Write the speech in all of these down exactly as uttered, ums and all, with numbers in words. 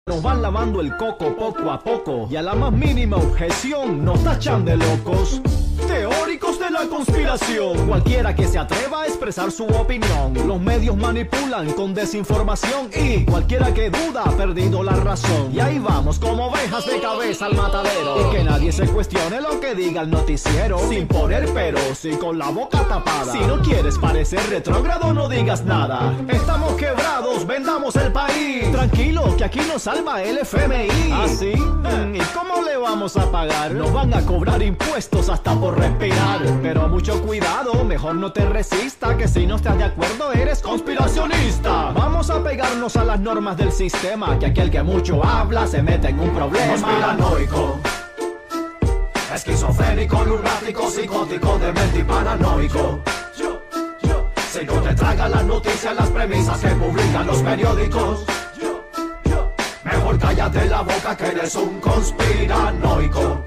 Nos van lavando el coco poco a poco y a la más mínima objeción nos tachan de locos. Teóricos de la conspiración. Cualquiera que se atreva a expresar su opinión. Los medios manipulan con desinformación y cualquiera que duda ha perdido la razón. Y ahí vamos como ovejas de cabeza al matadero. Y que nadie se cuestione lo que diga el noticiero. Sin poner peros y con la boca tapada. Si no quieres parecer retrógrado no digas nada. Estamos quebrados, vendamos el país. Tranquilo que aquí nos salva el F M I. ¿Ah, sí? ¿Y cómo le vamos a pagar? Nos van a cobrar impuestos hasta por respirar. Pero mucho cuidado, mejor no te resista, que si no estás de acuerdo eres conspiracionista. Vamos a pegarnos a las normas del sistema, que aquel que mucho habla se mete en un problema. Conspiranoico, esquizofrénico, lunático, psicótico, demente y paranoico. Si no te tragan las noticias, las premisas que publican los periódicos, mejor cállate la boca que eres un conspiranoico.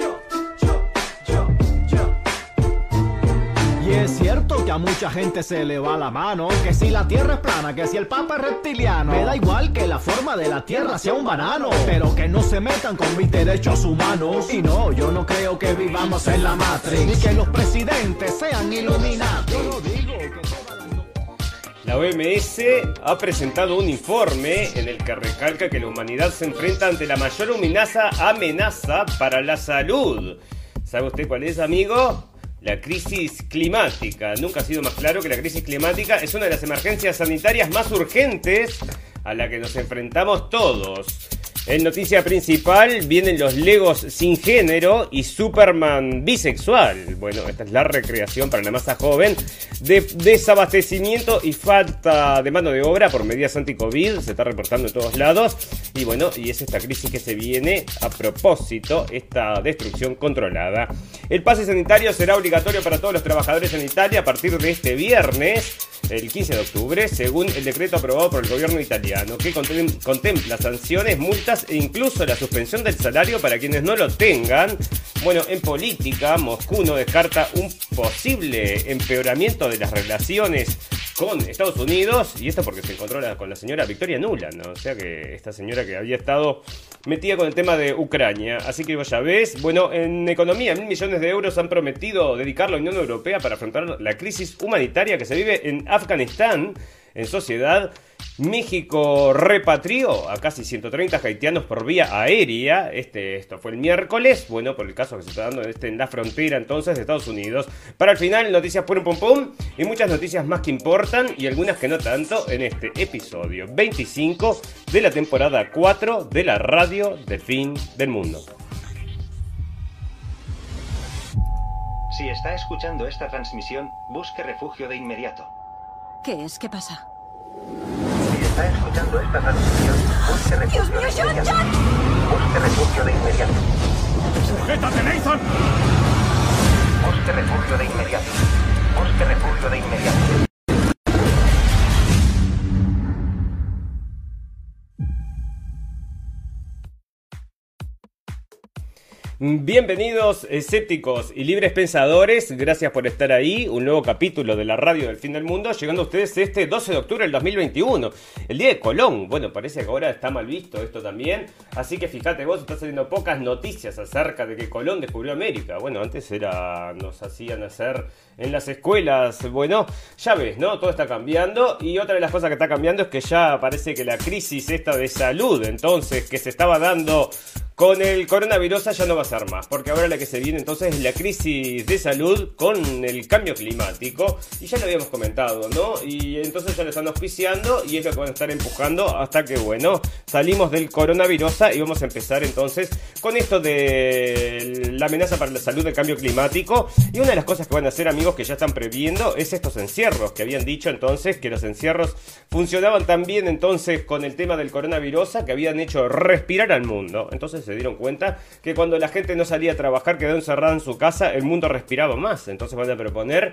Y es cierto que a mucha gente se le va la mano, que si la tierra es plana, que si el papa es reptiliano. Me da igual que la forma de la tierra sea un banano, pero que no se metan con mis derechos humanos. Y no, yo no creo que vivamos en la Matrix, ni que los presidentes sean iluminados. Yo no digo que todas las... La O M S ha presentado un informe en el que recalca que la humanidad se enfrenta ante la mayor amenaza, amenaza para la salud. ¿Sabe usted cuál es, amigo? La crisis climática. Nunca ha sido más claro que la crisis climática es una de las emergencias sanitarias más urgentes a la que nos enfrentamos todos. En noticia principal vienen los Legos sin género y Superman bisexual. Bueno, esta es la recreación para la masa joven de desabastecimiento y falta de mano de obra por medidas anti-COVID. Se está reportando en todos lados. Y bueno, y es esta crisis que se viene a propósito, esta destrucción controlada. El pase sanitario será obligatorio para todos los trabajadores en Italia a partir de este viernes, el quince de octubre, según el decreto aprobado por el gobierno italiano, que contem- contempla sanciones, multas e incluso la suspensión del salario para quienes no lo tengan. Bueno, en política, Moscú no descarta un posible empeoramiento de las relaciones con Estados Unidos, y esto porque se encontró la, con la señora Victoria Nuland, ¿no? O sea que esta señora que había estado metida con el tema de Ucrania. Así que vos ya ves, bueno, en economía, mil millones de euros han prometido dedicar la Unión Europea para afrontar la crisis humanitaria que se vive en Afganistán. En sociedad, México repatrió a casi ciento treinta haitianos por vía aérea. Este, esto fue el miércoles. Bueno, por el caso que se está dando este, en la frontera entonces de Estados Unidos. Para el final, noticias pum pum pum. Y muchas noticias más que importan y algunas que no tanto en este episodio veinticinco de la temporada cuatro de la radio del fin del mundo. Si está escuchando esta transmisión, busque refugio de inmediato. ¿Qué es? ¿Qué pasa? Si está escuchando esta transmisión, busque refugio ¡Dios mío, de John, inmediato. John! Busque refugio de inmediato. ¡Sujétate, Nathan! Busque refugio de inmediato. Busque refugio de inmediato. Bienvenidos escépticos y libres pensadores, gracias por estar ahí, un nuevo capítulo de la radio del fin del mundo, llegando a ustedes este doce de octubre del dos mil veintiuno, el día de Colón. Bueno, parece que ahora está mal visto esto también, así que fíjate vos, están saliendo pocas noticias acerca de que Colón descubrió América. Bueno, antes era, nos hacían hacer en las escuelas, bueno, ya ves, ¿no? Todo está cambiando, y otra de las cosas que está cambiando es que ya parece que la crisis esta de salud, entonces, que se estaba dando con el coronavirus ya no va a ser más, porque ahora la que se viene entonces es la crisis de salud con el cambio climático, y ya lo habíamos comentado, ¿no? Y entonces ya lo están auspiciando y es lo que van a estar empujando hasta que, bueno, salimos del coronavirus y vamos a empezar entonces con esto de la amenaza para la salud del cambio climático. Y una de las cosas que van a hacer, amigos, que ya están previendo es estos encierros, que habían dicho entonces que los encierros funcionaban también entonces con el tema del coronavirus, que habían hecho respirar al mundo. Entonces entonces se dieron cuenta que cuando la gente no salía a trabajar, quedó encerrada en su casa, el mundo respiraba más. Entonces van a proponer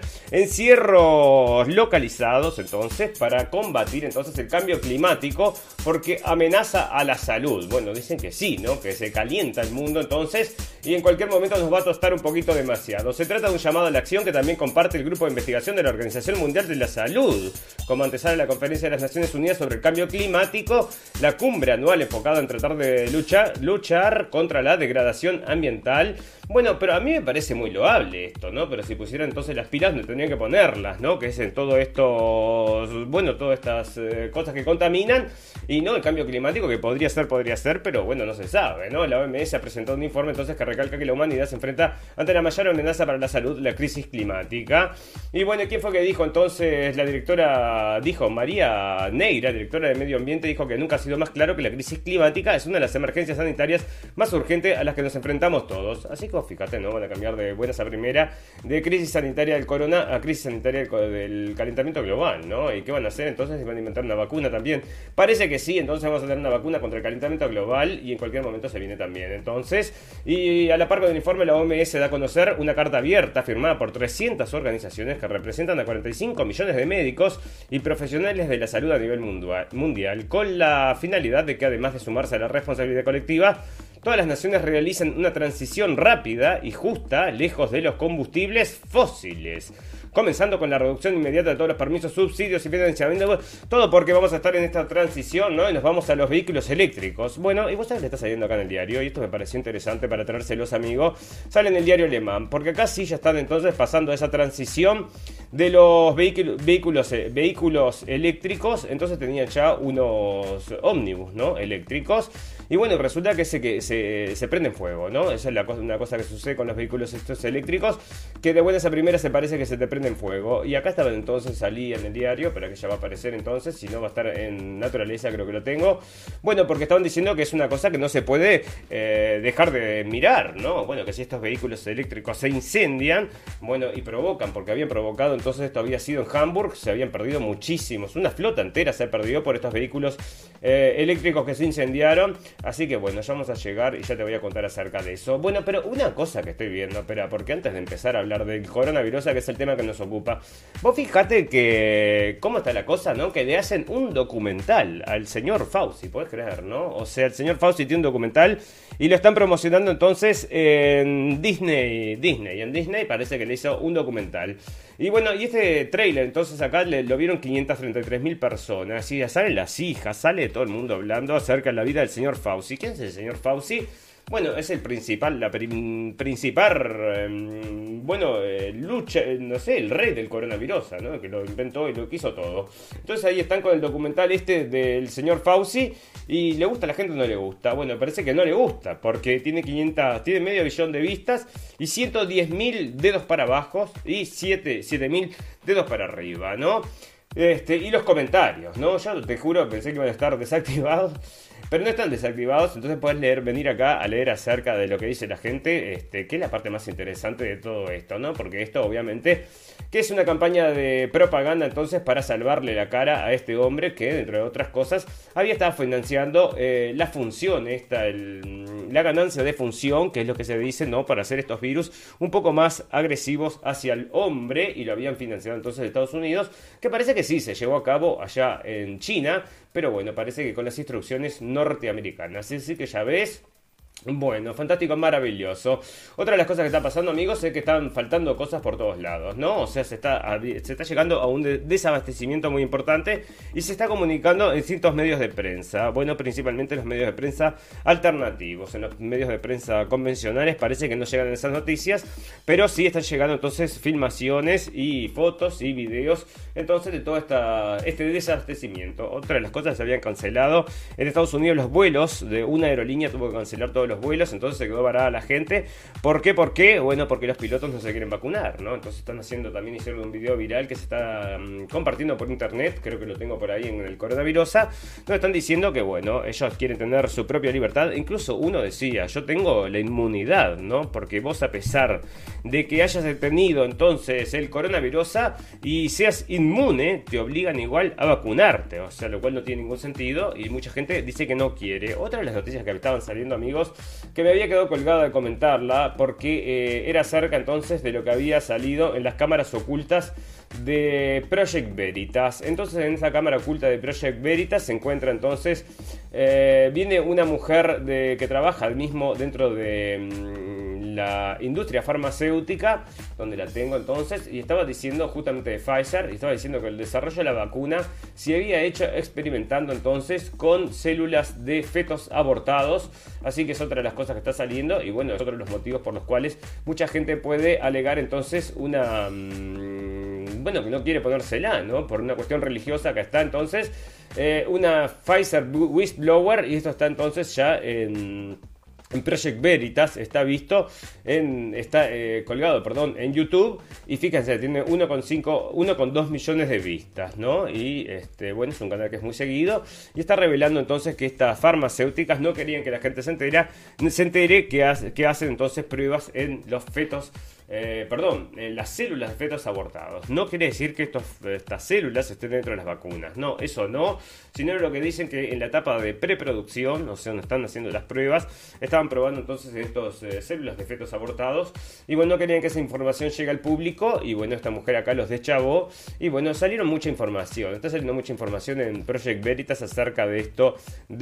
encierros localizados, entonces, para combatir entonces el cambio climático, porque amenaza a la salud. Bueno, dicen que sí, ¿no? Que se calienta el mundo entonces y en cualquier momento nos va a tostar un poquito demasiado. Se trata de un llamado a la acción que también comparte el grupo de investigación de la Organización Mundial de la Salud. Como antesala la Conferencia de las Naciones Unidas sobre el Cambio Climático, la cumbre anual enfocada en tratar de luchar, luchar contra la degradación ambiental. Bueno, pero a mí me parece muy loable esto, ¿no? Pero si pusieran entonces las pilas, no tendrían que ponerlas, ¿no? Que es en todo esto, bueno, todas estas eh, cosas que contaminan, y no el cambio climático, que podría ser, podría ser, pero bueno, no se sabe, ¿no? La O M S ha presentado un informe entonces que recalca que la humanidad se enfrenta ante la mayor amenaza para la salud, la crisis climática. Y bueno, ¿quién fue que dijo entonces? La directora, dijo María Neira, directora de Medio Ambiente, dijo que nunca ha sido más claro que la crisis climática es una de las emergencias sanitarias más urgentes a las que nos enfrentamos todos. Así que fíjate, ¿no? Van a cambiar de buenas a primera, de crisis sanitaria del corona a crisis sanitaria del calentamiento global, ¿no? ¿Y qué van a hacer entonces? ¿Van a inventar una vacuna también? Parece que sí, entonces vamos a tener una vacuna contra el calentamiento global y en cualquier momento se viene también. Entonces, y a la par del informe, la O M S da a conocer una carta abierta firmada por trescientas organizaciones que representan a cuarenta y cinco millones de médicos y profesionales de la salud a nivel mundial, con la finalidad de que, además de sumarse a la responsabilidad colectiva, todas las naciones realicen una transición rápida y justa, lejos de los combustibles fósiles. Comenzando con la reducción inmediata de todos los permisos, subsidios y financiamiento, todo porque vamos a estar en esta transición, ¿no? Y nos vamos a los vehículos eléctricos. Bueno, y vos sabés que está saliendo acá en el diario, y esto me pareció interesante para traérselos, amigos. Sale en el diario alemán, porque acá sí ya están entonces pasando esa transición de los vehículos, vehículos, vehículos eléctricos. Entonces tenían ya unos ómnibus, ¿no? Eléctricos. Y bueno, resulta que se, que se, se prenden fuego, ¿no? Esa es la cosa, una cosa que sucede con los vehículos estos eléctricos, que de buenas a primeras se parece que se te prenden fuego. Y acá estaba entonces, salí en el diario, pero que ya va a aparecer entonces, si no va a estar en Naturaleza, creo que lo tengo. Bueno, porque estaban diciendo que es una cosa que no se puede eh, dejar de mirar, ¿no? Bueno, que si estos vehículos eléctricos se incendian, bueno, y provocan, porque habían provocado, entonces esto había sido en Hamburg, se habían perdido muchísimos, una flota entera se ha perdido por estos vehículos eh, eléctricos que se incendiaron. Así que bueno, ya vamos a llegar y ya te voy a contar acerca de eso. Bueno, pero una cosa que estoy viendo, espera, porque antes de empezar a hablar del coronavirus, que es el tema que nos ocupa, vos fíjate que cómo está la cosa, ¿no? Que le hacen un documental al señor Fauci, podés creer, ¿no? O sea, el señor Fauci tiene un documental y lo están promocionando entonces en Disney. Disney, en Disney parece que le hizo un documental. Y bueno, y este trailer, entonces acá le, lo vieron quinientas treinta y tres mil personas. Y ya salen las hijas, sale todo el mundo hablando acerca de la vida del señor Fauci. ¿Quién es el señor Fauci? Bueno, es el principal, la prim, principal, eh, bueno, eh, lucha, eh, no sé, el rey del coronavirus, ¿no? Que lo inventó y lo quiso todo. Entonces ahí están con el documental este del señor Fauci. ¿Y le gusta a la gente o no le gusta? Bueno, parece que no le gusta, porque tiene quinientos, tiene medio billón de vistas y ciento diez mil dedos para abajo y siete mil dedos para arriba, ¿no? Este, y los comentarios, ¿no? Yo te juro, pensé que iban a estar desactivados, pero no están desactivados. Entonces puedes leer, venir acá a leer acerca de lo que dice la gente, este, que es la parte más interesante de todo esto, ¿no? Porque esto obviamente que es una campaña de propaganda entonces para salvarle la cara a este hombre que, entre otras cosas, había estado financiando eh, la función, esta, el, la ganancia de función, que es lo que se dice, ¿no? Para hacer estos virus un poco más agresivos hacia el hombre, y lo habían financiado entonces de Estados Unidos, que parece que sí se llevó a cabo allá en China, pero bueno, parece que con las instrucciones norteamericanas. Así que ya ves. Bueno, fantástico, maravilloso. Otra de las cosas que está pasando, amigos, es que están faltando cosas por todos lados, ¿no? O sea, se está, se está llegando a un desabastecimiento muy importante y se está comunicando en ciertos medios de prensa. Bueno, principalmente los medios de prensa alternativos. En los medios de prensa convencionales parece que no llegan esas noticias, pero sí están llegando entonces filmaciones y fotos y videos entonces de todo esta, este desabastecimiento. Otra de las cosas, se habían cancelado en Estados Unidos los vuelos de una aerolínea, tuvo que cancelar todos los vuelos, entonces se quedó varada la gente. ¿Por qué? ¿Por qué? Bueno, porque los pilotos no se quieren vacunar, ¿no? Entonces están haciendo, también hicieron un video viral que se está um, compartiendo por internet, creo que lo tengo por ahí en el coronavirus, donde están diciendo que, bueno, ellos quieren tener su propia libertad. Incluso uno decía, yo tengo la inmunidad, ¿no? Porque vos, a pesar de que hayas tenido entonces el coronavirus y seas inmune, te obligan igual a vacunarte, o sea, lo cual no tiene ningún sentido y mucha gente dice que no quiere. Otra de las noticias que estaban saliendo, amigos, que me había quedado colgada de comentarla porque eh, era acerca entonces de lo que había salido en las cámaras ocultas de Project Veritas. Entonces en esa cámara oculta de Project Veritas se encuentra entonces, eh, viene una mujer de, que trabaja mismo dentro de mmm, la industria farmacéutica, donde la tengo entonces, y estaba diciendo justamente de Pfizer, y estaba diciendo que el desarrollo de la vacuna se había hecho experimentando entonces con células de fetos abortados, así que es otra de las cosas que está saliendo, y bueno, es otro de los motivos por los cuales mucha gente puede alegar entonces una... Mmm, bueno, que no quiere ponérsela, ¿no? Por una cuestión religiosa. Acá está entonces eh, una Pfizer whistleblower, y esto está entonces ya en... en Project Veritas, está visto, en, está eh, colgado, perdón, en YouTube, y fíjense, tiene uno coma dos millones de vistas, ¿no? Y este, bueno, es un canal que es muy seguido, y está revelando entonces que estas farmacéuticas no querían que la gente se entere, se entere que, hace, que hacen entonces pruebas en los fetos, eh, perdón, en las células de fetos abortados. No quiere decir que estos, estas células estén dentro de las vacunas, no, eso no, sino lo que dicen que en la etapa de preproducción, o sea, donde están haciendo las pruebas, estaban probando entonces estos eh, células de fetos abortados, y bueno, no querían que esa información llegue al público, y bueno, esta mujer acá los deschavó, y bueno, salieron mucha información, está saliendo mucha información en Project Veritas acerca de esto,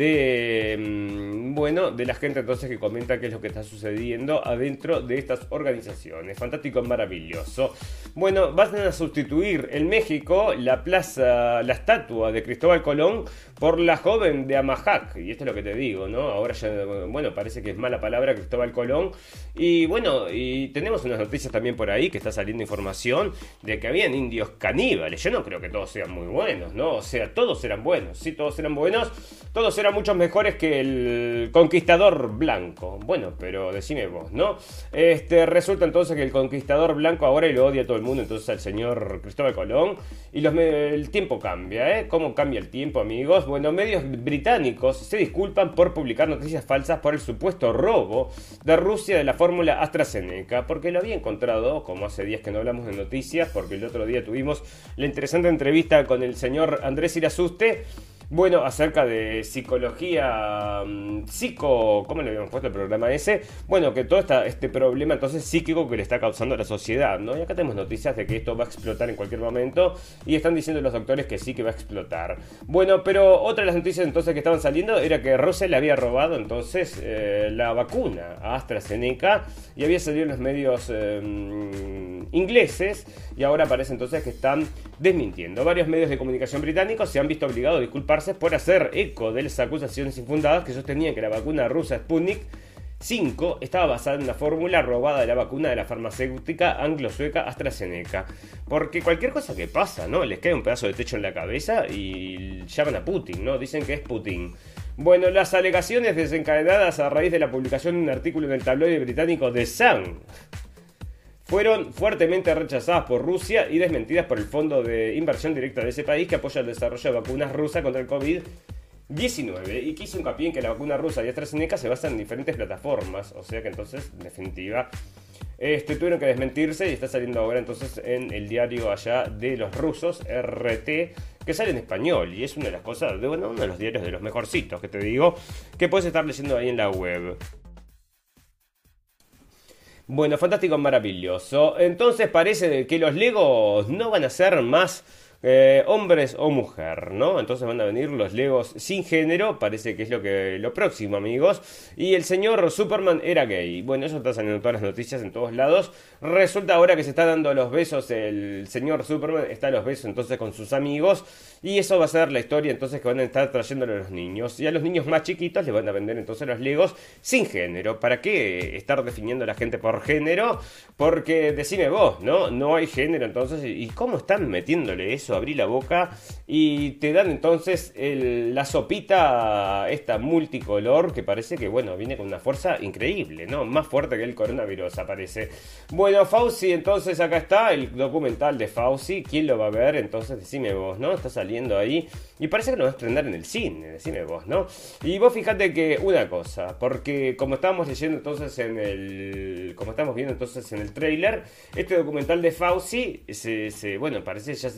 de, mmm, bueno, de la gente entonces que comenta qué es lo que está sucediendo adentro de estas organizaciones. Fantástico, maravilloso. Bueno, van a sustituir en México la plaza, la estatua de Cristóbal Colón por la joven de Amajac, y esto es lo que te digo, ¿no? Ahora ya, bueno, parece que es mala palabra Cristóbal Colón, y bueno, y tenemos unas noticias también por ahí que está saliendo información de que habían indios caníbales. Yo no creo que todos sean muy buenos, ¿no? O sea, todos eran buenos, sí, todos eran buenos, todos eran mucho mejores que el conquistador blanco. Bueno, pero decime vos, ¿no? Este, resulta entonces que el conquistador blanco ahora lo odia a todo el mundo, entonces al señor Cristóbal Colón, y los, el tiempo cambia, ¿eh? ¿Cómo cambia el tiempo, amigos? Bueno, medios británicos se disculpan por publicar noticias falsas por el supuesto robo de Rusia de la fórmula AstraZeneca, porque lo había encontrado, como hace días que no hablamos de noticias, porque el otro día tuvimos la interesante entrevista con el señor Andrés Irasuste, bueno, acerca de psicología, psico, ¿cómo le habíamos puesto el programa ese? Bueno, que todo esta, este problema entonces psíquico que le está causando a la sociedad, ¿no? Y acá tenemos noticias de que esto va a explotar en cualquier momento, y están diciendo los doctores que sí que va a explotar. Bueno, pero otra de las noticias entonces que estaban saliendo era que Rusia le había robado entonces eh, la vacuna a AstraZeneca, y había salido en los medios eh, ingleses, y ahora parece entonces que están desmintiendo. Varios medios de comunicación británicos se han visto obligados a disculparse por hacer eco de las acusaciones infundadas que sostenían que la vacuna rusa Sputnik cinco estaba basada en una fórmula robada de la vacuna de la farmacéutica anglo-sueca AstraZeneca. Porque cualquier cosa que pasa, ¿no? Les cae un pedazo de techo en la cabeza y llaman a Putin, ¿no? Dicen que es Putin. Bueno, las alegaciones desencadenadas a raíz de la publicación de un artículo en el tabloide británico The Sun fueron fuertemente rechazadas por Rusia y desmentidas por el Fondo de Inversión Directa de ese país, que apoya el desarrollo de vacunas rusas contra el COVID diecinueve, y que hizo hincapié en que la vacuna rusa y AstraZeneca se basan en diferentes plataformas, o sea que entonces, en definitiva, este, tuvieron que desmentirse, y está saliendo ahora entonces en el diario allá de los rusos, R T, que sale en español, y es una de las cosas, de, bueno, uno de los diarios de los mejorcitos, que te digo, que puedes estar leyendo ahí en la web. Bueno, fantástico, maravilloso. Entonces parece que los Legos no van a ser más eh, hombres o mujer, ¿no? Entonces van a venir los Legos sin género, parece que es lo que lo próximo, amigos. Y el señor Superman era gay. Bueno, eso está saliendo en todas las noticias, en todos lados. Resulta ahora que se está dando los besos, el señor Superman está a los besos entonces con sus amigos. Y eso va a ser la historia entonces que van a estar trayéndole a los niños. Y a los niños más chiquitos les van a vender entonces los Legos sin género. ¿Para qué estar definiendo a la gente por género? Porque decime vos, ¿no? No hay género entonces. ¿Y cómo están metiéndole eso? Abrí la boca y te dan entonces el, la sopita esta multicolor que parece que, bueno, viene con una fuerza increíble, ¿no? Más fuerte que el coronavirus, aparece. Bueno, Fauci, entonces acá está el documental de Fauci. ¿Quién lo va a ver? Entonces decime vos, ¿no? Está saliendo ahí y parece que lo vas a estrenar en el cine, decime vos, ¿no? Y vos fíjate que una cosa, porque como estábamos leyendo entonces en el, como estamos viendo entonces en el tráiler, este documental de Fauci se, se, bueno, parece que ya se está mintiendo.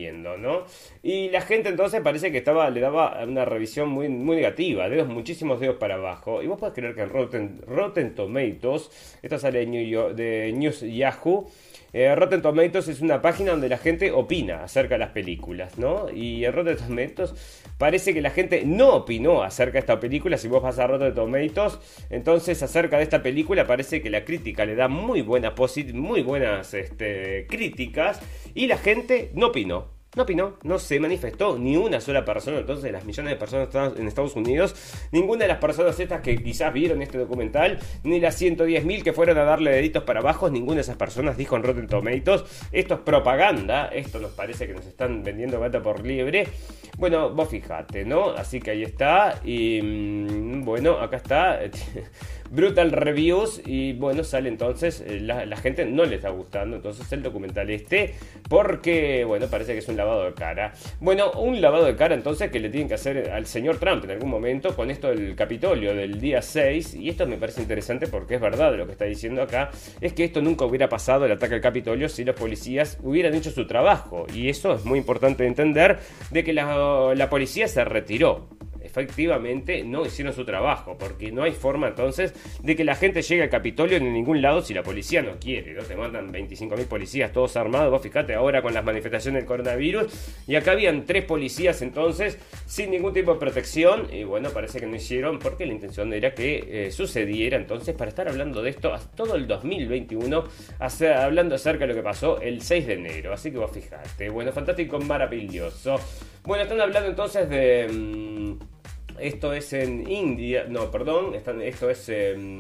entiendo, ¿no? Y la gente entonces parece que estaba le daba una revisión muy, muy negativa, dedos, muchísimos dedos para abajo. Y vos podés creer que en Rotten, Rotten Tomatoes, esto sale de, New York, de News Yahoo, eh, Rotten Tomatoes es una página donde la gente opina acerca de las películas, ¿no? Y en Rotten Tomatoes parece que la gente no opinó acerca de esta película. Si vos vas a Rotten Tomatoes, entonces acerca de esta película parece que la crítica le da muy buenas, muy buenas este, críticas, y la gente no opinó. No opinó, no se manifestó ni una sola persona. Entonces, de las millones de personas en Estados Unidos, ninguna de las personas estas que quizás vieron este documental, ni las ciento diez mil que fueron a darle deditos para abajo, ninguna de esas personas dijo en Rotten Tomatoes: esto es propaganda, esto nos parece que nos están vendiendo gata por liebre. Bueno, vos fijate, ¿no? Así que ahí está. Y bueno, acá está Brutal Reviews. Y bueno, sale entonces, la, la gente no le está gustando entonces el documental este, porque bueno, parece que es un lavado de cara. Bueno, un lavado de cara entonces que le tienen que hacer al señor Trump en algún momento con esto del Capitolio del día seis. Y esto me parece interesante porque es verdad lo que está diciendo acá, es que esto nunca hubiera pasado, el ataque al Capitolio, si los policías hubieran hecho su trabajo. Y eso es muy importante de entender, de que la, la policía se retiró. Efectivamente no hicieron su trabajo, porque no hay forma entonces de que la gente llegue al Capitolio en ningún lado si la policía no quiere, ¿no? Te mandan veinticinco mil policías todos armados. Vos fíjate ahora con las manifestaciones del coronavirus, y acá habían tres policías entonces sin ningún tipo de protección, y bueno, parece que no hicieron porque la intención era que eh, sucediera entonces para estar hablando de esto hasta todo el dos mil veintiuno, hacer, hablando acerca de lo que pasó el seis de enero. Así que vos fijate, bueno, fantástico, maravilloso. Bueno, están hablando entonces de... Mmm, esto es en India, no, perdón, están, esto es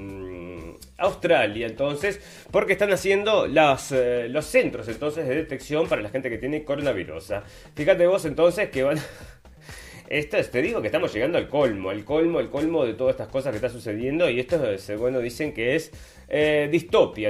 en Australia, entonces, porque están haciendo las, eh, los centros entonces de detección para la gente que tiene coronavirus. Fíjate vos entonces que van... Esto es, te digo que estamos llegando al colmo, el colmo, el colmo de todas estas cosas que está sucediendo, y esto es, bueno, dicen que es eh, distopia,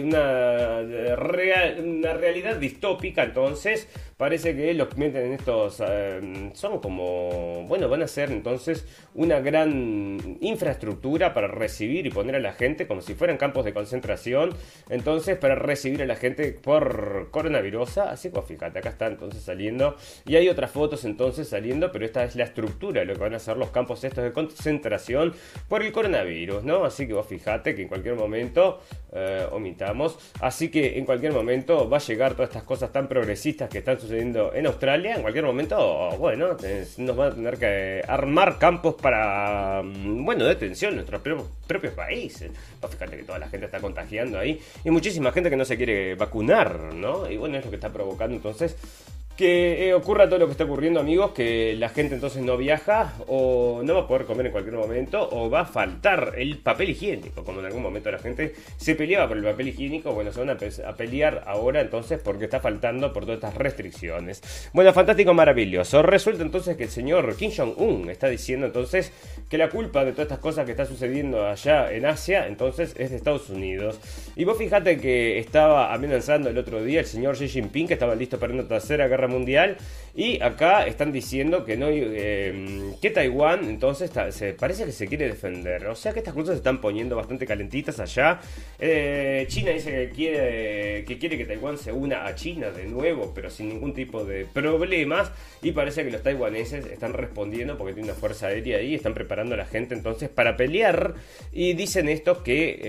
una, real, una realidad distópica. Entonces parece que los que meten en estos eh, son como, bueno, van a ser entonces una gran infraestructura para recibir y poner a la gente como si fueran campos de concentración, entonces para recibir a la gente por coronavirus. Así que fíjate, acá está entonces saliendo, y hay otras fotos entonces saliendo, pero esta es la estructura de lo que van a ser los campos estos de concentración por el coronavirus, ¿no? Así que vos fijate que en cualquier momento eh, omitamos, así que en cualquier momento va a llegar todas estas cosas tan progresistas que están sucediendo en Australia. En cualquier momento, bueno, tenés, nos van a tener que armar campos para, bueno, detención en nuestros propios, propios países. Vos fíjate que toda la gente está contagiando ahí, y muchísima gente que no se quiere vacunar, ¿no? Y bueno, es lo que está provocando entonces que eh, ocurra todo lo que está ocurriendo, amigos, que la gente entonces no viaja, o no va a poder comer en cualquier momento, o va a faltar el papel higiénico, como en algún momento la gente se peleaba por el papel higiénico. Bueno, se van a, pe- a pelear ahora entonces porque está faltando por todas estas restricciones. Bueno, fantástico, maravilloso. Resulta entonces que el señor Kim Jong-un está diciendo entonces que la culpa de todas estas cosas que está sucediendo allá en Asia entonces es de Estados Unidos. Y vos fíjate que estaba amenazando el otro día el señor Xi Jinping, que estaba listo para una tercera guerra mundial, y acá están diciendo que no eh, que Taiwán entonces ta, se, parece que se quiere defender. O sea que estas cosas se están poniendo bastante calentitas allá. eh, China dice que quiere, que quiere que Taiwán se una a China de nuevo, pero sin ningún tipo de problemas, y parece que los taiwaneses están respondiendo porque tienen una fuerza aérea ahí, están preparando a la gente entonces para pelear. Y dicen estos que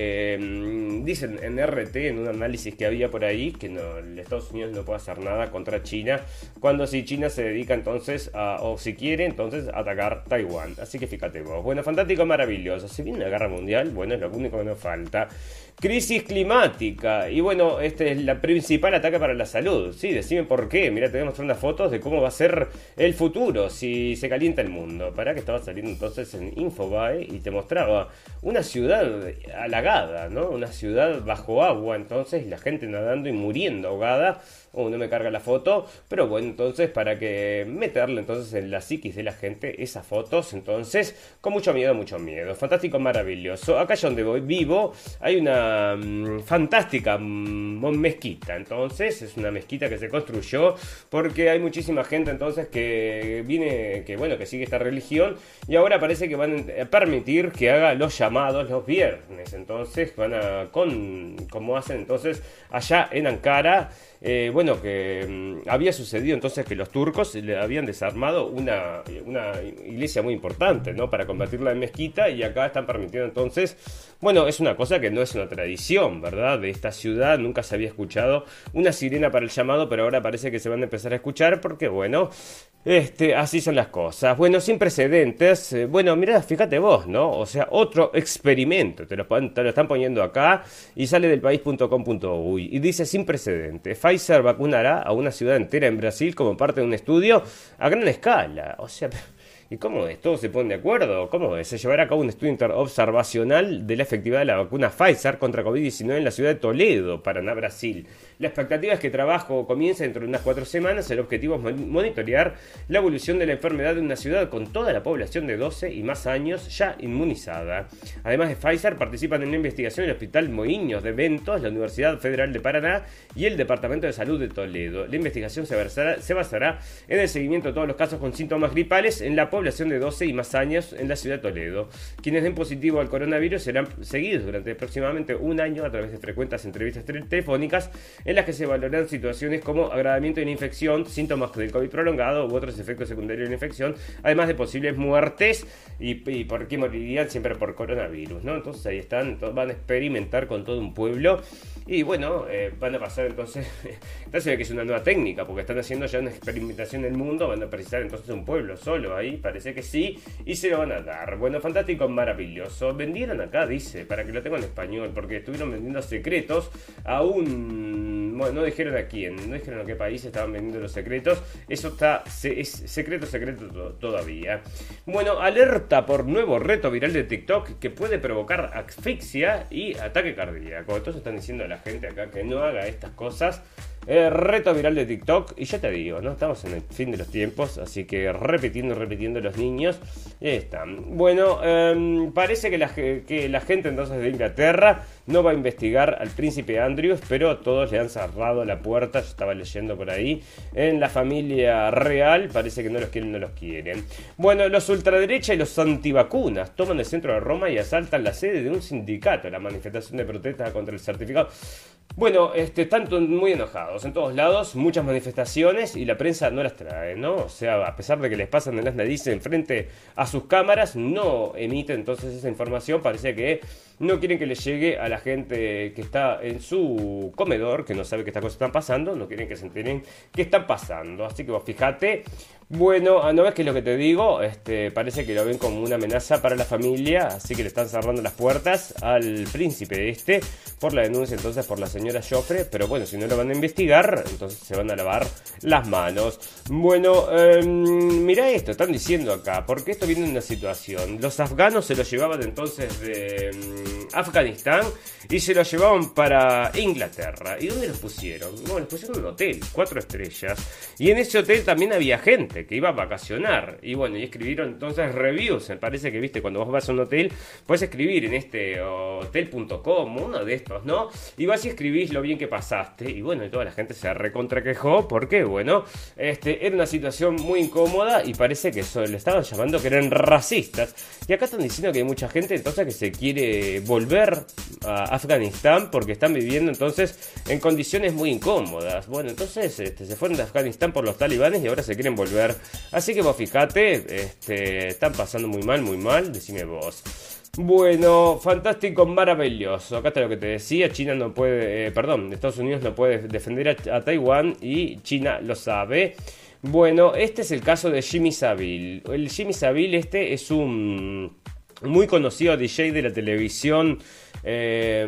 eh, dicen en R T, en un análisis que había por ahí, que no, Estados Unidos no puede hacer nada contra China, cuando si China se dedica entonces a, o si quiere entonces a atacar Taiwán. Así que fíjate vos. Bueno, fantástico, maravilloso. Si viene una guerra mundial, bueno, es lo único que nos falta. Crisis climática. Y bueno, este es la principal ataque para la salud. Sí, decime por qué. Mira, te voy a mostrar unas fotos de cómo va a ser el futuro si se calienta el mundo. Para que estaba saliendo entonces en Infobae y te mostraba una ciudad halagada, ¿no? Una ciudad bajo agua, entonces la gente nadando y muriendo ahogada. Oh, no me carga la foto, pero bueno, entonces para que meterle entonces en la psiquis de la gente esas fotos, entonces con mucho miedo, mucho miedo. Fantástico, maravilloso. Acá donde voy vivo hay una mmm, fantástica mmm, mezquita, entonces es una mezquita que se construyó porque hay muchísima gente entonces que viene, que bueno, que sigue esta religión, y ahora parece que van a permitir que haga los llamados los viernes. Entonces van a, con como hacen entonces allá en Ankara, eh, bueno, que mm, había sucedido entonces que los turcos le habían desarmado una, una iglesia muy importante, ¿no? Para convertirla en mezquita, y acá están permitiendo entonces, bueno, es una cosa que no es una tradición, ¿verdad? De esta ciudad nunca se había escuchado una sirena para el llamado, pero ahora parece que se van a empezar a escuchar porque, bueno, este, así son las cosas. Bueno, sin precedentes. Eh, bueno, mirá, fíjate vos, ¿no? O sea, otro experimento. Te lo, te lo están poniendo acá y sale del país punto com punto uy y dice: sin precedentes. Pfizer vacunará a una ciudad entera en Brasil como parte de un estudio a gran escala. O sea... ¿Y cómo es? ¿Todos se ponen de acuerdo? ¿Cómo es? Se llevará a cabo un estudio observacional de la efectividad de la vacuna Pfizer contra COVID diecinueve en la ciudad de Toledo, Paraná, Brasil. La expectativa es que el trabajo comience dentro de unas cuatro semanas. El objetivo es monitorear la evolución de la enfermedad de una ciudad con toda la población de doce y más años ya inmunizada. Además de Pfizer, participan en la investigación el Hospital Moinhos de Ventos, la Universidad Federal de Paraná y el Departamento de Salud de Toledo. La investigación se basará, se basará en el seguimiento de todos los casos con síntomas gripales en la población de doce y más años en la ciudad de Toledo. Quienes den positivo al coronavirus serán seguidos durante aproximadamente un año a través de frecuentes entrevistas telefónicas en las que se valorarán situaciones como agravamiento de una infección, síntomas del COVID prolongado u otros efectos secundarios de la infección, además de posibles muertes y, y por qué morirían siempre por coronavirus, ¿no? Entonces ahí están, entonces van a experimentar con todo un pueblo y bueno, eh, van a pasar entonces, entonces se ve que es una nueva técnica porque están haciendo ya una experimentación en el mundo, van a precisar entonces un pueblo solo ahí, parece que sí, y se lo van a dar. Bueno, fantástico, maravilloso. Vendieron acá, dice, para que lo tengo en español, porque estuvieron vendiendo secretos a un... Bueno, no dijeron a quién, no dijeron a qué país estaban vendiendo los secretos. Eso está, es secreto, secreto todavía. Bueno, alerta por nuevo reto viral de TikTok que puede provocar asfixia y ataque cardíaco. Entonces están diciendo a la gente acá que no haga estas cosas. Eh, reto viral de TikTok, y ya te digo, ¿no? Estamos en el fin de los tiempos, así que repitiendo, repitiendo los niños, y ahí están. Bueno, eh, parece que la, que la gente entonces de Inglaterra no va a investigar al príncipe Andrews, pero todos le han cerrado la puerta, yo estaba leyendo por ahí, en la familia real, parece que no los quieren, no los quieren. Bueno, los ultraderecha y los antivacunas toman el centro de Roma y asaltan la sede de un sindicato, la manifestación de protesta contra el certificado. Bueno, este, están muy enojados en todos lados, muchas manifestaciones y la prensa no las trae, ¿no? O sea, a pesar de que les pasan en las narices enfrente a sus cámaras, no emite entonces esa información. Parece que no quieren que les llegue a la gente que está en su comedor, que no sabe que estas cosas están pasando, no quieren que se enteren que están pasando. Así que vos fíjate. Bueno, ¿no ves qué es lo que te digo? Este, parece que lo ven como una amenaza para la familia, así que le están cerrando las puertas al príncipe este por la denuncia entonces por la señora Joffre, pero bueno, si no lo van a investigar, entonces se van a lavar las manos. Bueno, eh, mira esto, están diciendo acá, porque esto viene de una situación. Los afganos se lo llevaban entonces de um, Afganistán y se lo llevaban para Inglaterra. ¿Y dónde los pusieron? Bueno, los pusieron en un hotel, cuatro estrellas, y en ese hotel también había gente que iba a vacacionar, y bueno, y escribieron entonces reviews. Me parece que, viste, cuando vos vas a un hotel puedes escribir en este hotel punto com, uno de estos, ¿no? Y vas y escribís lo bien que pasaste, y bueno, y toda la gente se recontraquejó porque, bueno, este, era una situación muy incómoda y parece que eso le estaban llamando que eran racistas, y acá están diciendo que hay mucha gente entonces que se quiere volver a Afganistán porque están viviendo entonces en condiciones muy incómodas. Bueno, entonces este, se fueron de Afganistán por los talibanes y ahora se quieren volver. Así que vos fijate, este, están pasando muy mal, muy mal, decime vos. Bueno, fantástico, maravilloso. Acá está lo que te decía. China no puede, eh, perdón, Estados Unidos no puede defender a, a Taiwán y China lo sabe. Bueno, este es el caso de Jimmy Savile. El Jimmy Savile este es un muy conocido D J de la televisión eh,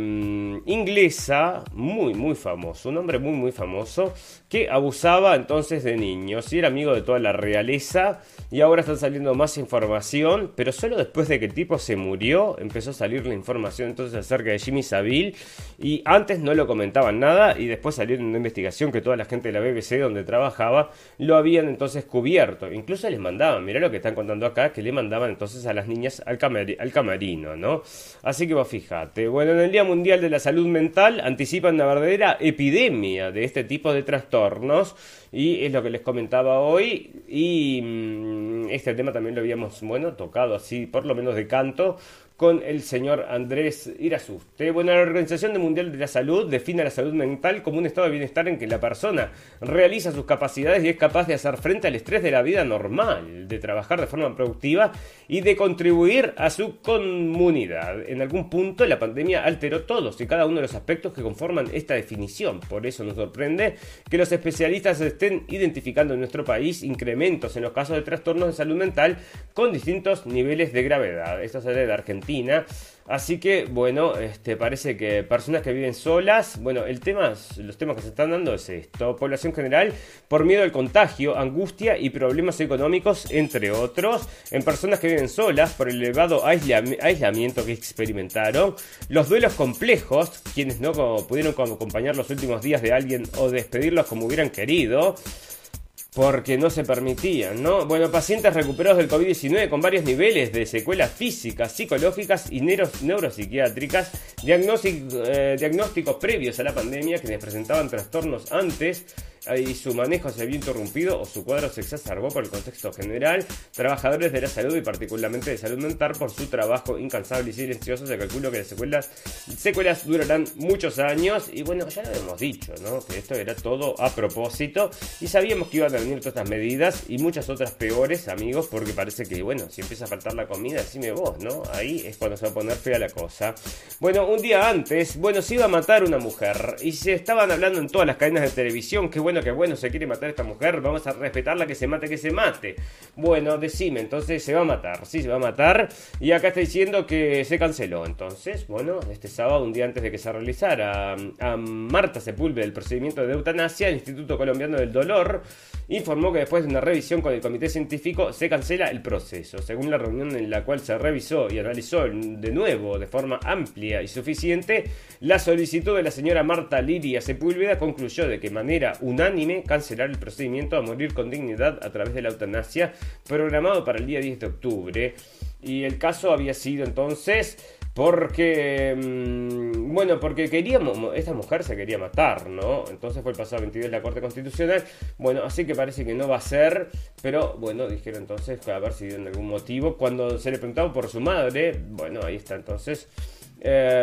inglesa, muy muy famoso, un hombre muy muy famoso que abusaba entonces de niños y era amigo de toda la realeza, y ahora están saliendo más información, pero solo después de que el tipo se murió empezó a salir la información entonces acerca de Jimmy Savile, y antes no lo comentaban nada, y después salió en una investigación que toda la gente de la B B C donde trabajaba lo habían entonces cubierto, incluso les mandaban, mirá lo que están contando acá, que le mandaban entonces a las niñas al, camar- al camarino, ¿no? Así que vos fijate. Bueno, en el Día Mundial de la Salud Mental anticipan una verdadera epidemia de este tipo de trastornos, y es lo que les comentaba hoy, y mmm, este tema también lo habíamos, bueno, tocado así, por lo menos de canto, con el señor Andrés Irasuste. Bueno, la Organización Mundial de la Salud define la salud mental como un estado de bienestar en que la persona realiza sus capacidades y es capaz de hacer frente al estrés de la vida normal, de trabajar de forma productiva y de contribuir a su comunidad. En algún punto la pandemia alteró todos y cada uno de los aspectos que conforman esta definición. Por eso nos sorprende que los especialistas estén identificando en nuestro país incrementos en los casos de trastornos de salud mental con distintos niveles de gravedad. Esto sale de Argentina. Así que, bueno, este, parece que personas que viven solas, bueno, el tema, los temas que se están dando es esto: población general por miedo al contagio, angustia y problemas económicos, entre otros. En personas que viven solas por el elevado aislam- aislamiento que experimentaron, los duelos complejos, quienes no pudieron acompañar los últimos días de alguien o despedirlos como hubieran querido, porque no se permitían, ¿no? Bueno, pacientes recuperados del covid diecinueve con varios niveles de secuelas físicas, psicológicas y neuro- neuropsiquiátricas, diagnósticos, eh, diagnósticos previos a la pandemia, quienes presentaban trastornos antes y su manejo se había interrumpido o su cuadro se exacerbó por el contexto general, trabajadores de la salud y particularmente de salud mental por su trabajo incansable y silencioso. Se calculó que las secuelas, secuelas durarán muchos años y bueno, ya lo habíamos dicho, ¿no? Que esto era todo a propósito y sabíamos que iban a venir todas estas medidas y muchas otras peores, amigos, porque parece que, bueno, si empieza a faltar la comida, decime vos, ¿no? Ahí es cuando se va a poner fea la cosa. Bueno, un día antes, bueno, se iba a matar una mujer y se estaban hablando en todas las cadenas de televisión que bueno, que bueno, se quiere matar a esta mujer, vamos a respetarla, que se mate, que se mate. Bueno, decime, entonces se va a matar, sí, se va a matar, y acá está diciendo que se canceló. Entonces, bueno, este sábado, un día antes de que se realizara a Marta Sepúlveda el procedimiento de eutanasia, el Instituto Colombiano del Dolor informó que después de una revisión con el comité científico se cancela el proceso. Según la reunión en la cual se revisó y analizó de nuevo de forma amplia y suficiente la solicitud de la señora Marta Lidia Sepúlveda, concluyó de que de manera unánime cancelar el procedimiento a morir con dignidad a través de la eutanasia programado para el día diez de octubre. Y el caso había sido entonces porque, mmm, bueno, porque queríamos, esta mujer se quería matar, ¿no? Entonces fue el pasado veintidós de la Corte Constitucional. Bueno, así que parece que no va a ser, pero bueno, dijeron entonces que a ver si dieron algún motivo. Cuando se le preguntaba por su madre, bueno, ahí está entonces. Eh,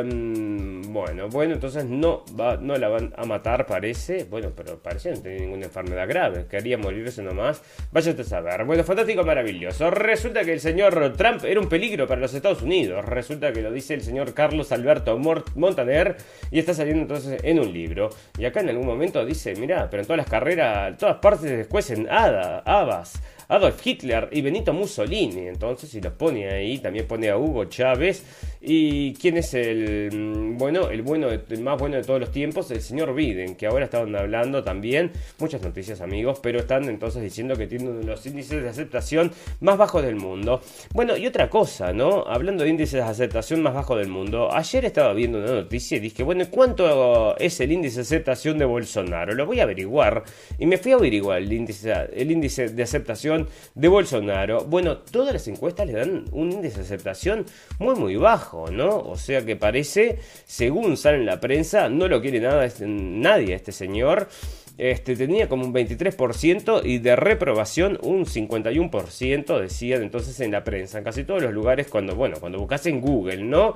bueno, bueno, entonces no va, no la van a matar, parece. Bueno, pero parece que no tenía ninguna enfermedad grave, quería morirse nomás. Vaya a saber. Bueno, fantástico, maravilloso. Resulta que el señor Trump era un peligro para los Estados Unidos. Resulta que lo dice el señor Carlos Alberto Montaner y está saliendo entonces en un libro. Y acá en algún momento dice, mirá, pero en todas las carreras, en todas partes se descuecen hada, habas. Adolf Hitler y Benito Mussolini. Entonces, si los pone ahí, también pone a Hugo Chávez. ¿Y quién es el bueno, el bueno, el más bueno de todos los tiempos? El señor Biden, que ahora estaban hablando también, muchas noticias, amigos, pero están entonces diciendo que tiene uno de los índices de aceptación más bajos del mundo. Bueno, y otra cosa, ¿no? Hablando de índices de aceptación más bajos del mundo, ayer estaba viendo una noticia y dije, bueno, ¿cuánto es el índice de aceptación de Bolsonaro? Lo voy a averiguar. Y me fui a averiguar el índice, el índice de aceptación de Bolsonaro. Bueno, todas las encuestas le dan un índice de aceptación muy muy bajo, ¿no? O sea que parece, según sale en la prensa, no lo quiere nada este, nadie este señor. Este, tenía como un veintitrés por ciento y de reprobación un cincuenta y uno por ciento, decían entonces en la prensa, en casi todos los lugares, cuando, bueno, cuando buscas en Google, ¿no?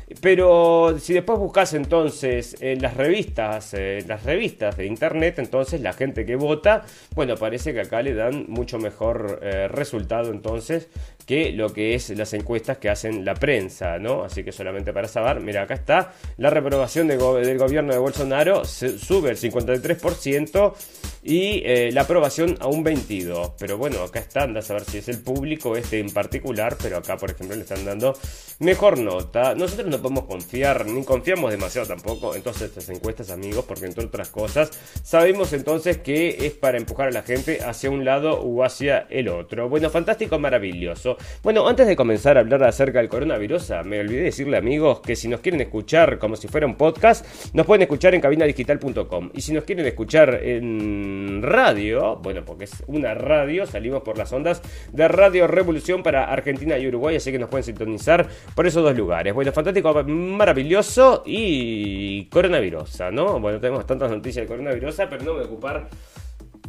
Pero si después buscas entonces en las revistas, eh, las revistas de internet, entonces la gente que vota, bueno, parece que acá le dan mucho mejor eh, resultado entonces que lo que es las encuestas que hacen la prensa, ¿no? Así que solamente para saber, mira, acá está, la reprobación de go- del gobierno de Bolsonaro se, sube el cincuenta y tres por ciento y eh, la aprobación a un veintidós por ciento. Pero bueno, acá está, anda a saber si es el público este en particular, pero acá, por ejemplo, le están dando mejor nota. Nosotros no podemos confiar, ni confiamos demasiado tampoco en todas estas encuestas, amigos, porque entre otras cosas, sabemos entonces que es para empujar a la gente hacia un lado u hacia el otro. Bueno, fantástico, maravilloso. Bueno, antes de comenzar a hablar acerca del coronavirus, me olvidé decirle, amigos, que si nos quieren escuchar como si fuera un podcast, nos pueden escuchar en cabina digital punto com. Y si nos quieren escuchar en radio, bueno, porque es una radio, salimos por las ondas de Radio Revolución para Argentina y Uruguay, así que nos pueden sintonizar por esos dos lugares. Bueno, fantástico, maravilloso y coronavirus, ¿no? Bueno, tenemos tantas noticias de coronavirus, pero no me voy a ocupar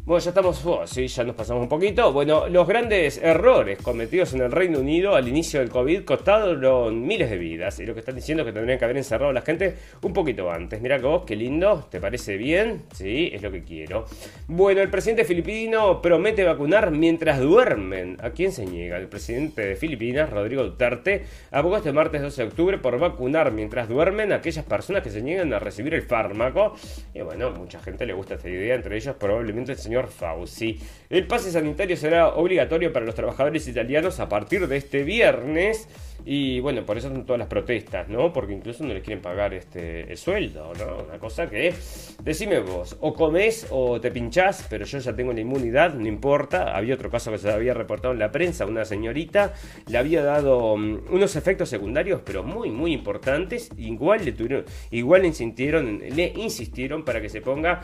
Bueno, ya estamos, oh, sí, ya nos pasamos un poquito. Bueno, los grandes errores cometidos en el Reino Unido al inicio del COVID costaron miles de vidas. Y lo que están diciendo es que tendrían que haber encerrado a la gente un poquito antes. Mirá que vos, qué lindo, ¿te parece bien? Sí, es lo que quiero. Bueno, el presidente filipino promete vacunar mientras duermen. ¿A quién se niega? El presidente de Filipinas, Rodrigo Duterte, abogó este martes doce de octubre por vacunar mientras duermen a aquellas personas que se niegan a recibir el fármaco. Y bueno, mucha gente le gusta esta idea, entre ellos probablemente el señor Fauci. El pase sanitario será obligatorio para los trabajadores italianos a partir de este viernes. Y bueno, por eso son todas las protestas, ¿no? Porque incluso no les quieren pagar este el sueldo, ¿no? Una cosa que, decime vos, o comés o te pinchás, pero yo ya tengo la inmunidad, no importa. Había otro caso que se había reportado en la prensa, una señorita le había dado um, unos efectos secundarios, pero muy, muy importantes. Igual le tuvieron, igual le insistieron, le insistieron para que se ponga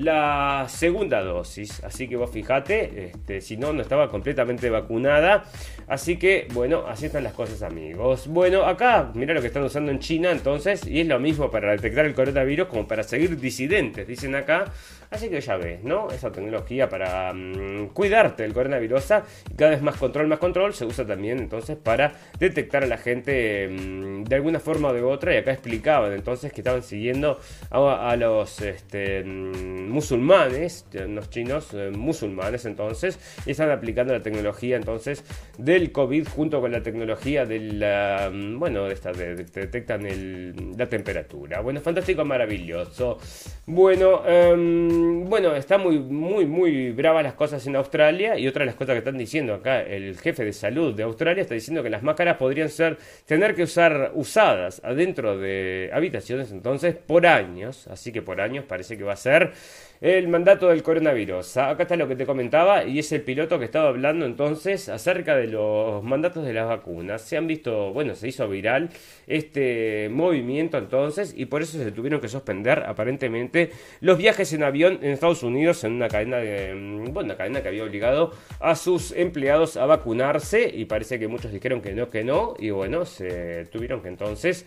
la segunda dosis. Así que vos fijate, este, si no, no estaba completamente vacunada. Así que, bueno, así están las cosas, amigos. Bueno, acá, mirá lo que están usando en China, entonces, y es lo mismo para detectar el coronavirus como para seguir disidentes, dicen acá. Así que ya ves, ¿no? Esa tecnología para um, cuidarte del coronavirus y cada vez más control, más control, se usa también entonces para detectar a la gente um, de alguna forma o de otra. Y acá explicaban entonces que estaban siguiendo a, a los este, um, musulmanes, los chinos eh, musulmanes entonces, y están aplicando la tecnología entonces del COVID junto con la tecnología del, um, bueno, de esta, de, de, de, detectan el, la temperatura. Bueno, fantástico, maravilloso. Bueno, um, Bueno, está muy, muy, muy bravas las cosas en Australia. Y otra de las cosas que están diciendo acá, el jefe de salud de Australia está diciendo que las máscaras podrían ser, tener que usar usadas adentro de habitaciones entonces por años. Así que por años parece que va a ser el mandato del coronavirus. Acá está lo que te comentaba y es el piloto que estaba hablando entonces acerca de los mandatos de las vacunas. Se han visto, bueno, se hizo viral este movimiento entonces y por eso se tuvieron que suspender aparentemente los viajes en avión en Estados Unidos en una cadena de, bueno, una cadena que había obligado a sus empleados a vacunarse y parece que muchos dijeron que no, que no y bueno, se tuvieron que entonces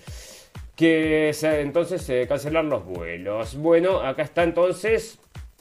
que se, entonces eh, cancelar los vuelos. Bueno, acá está entonces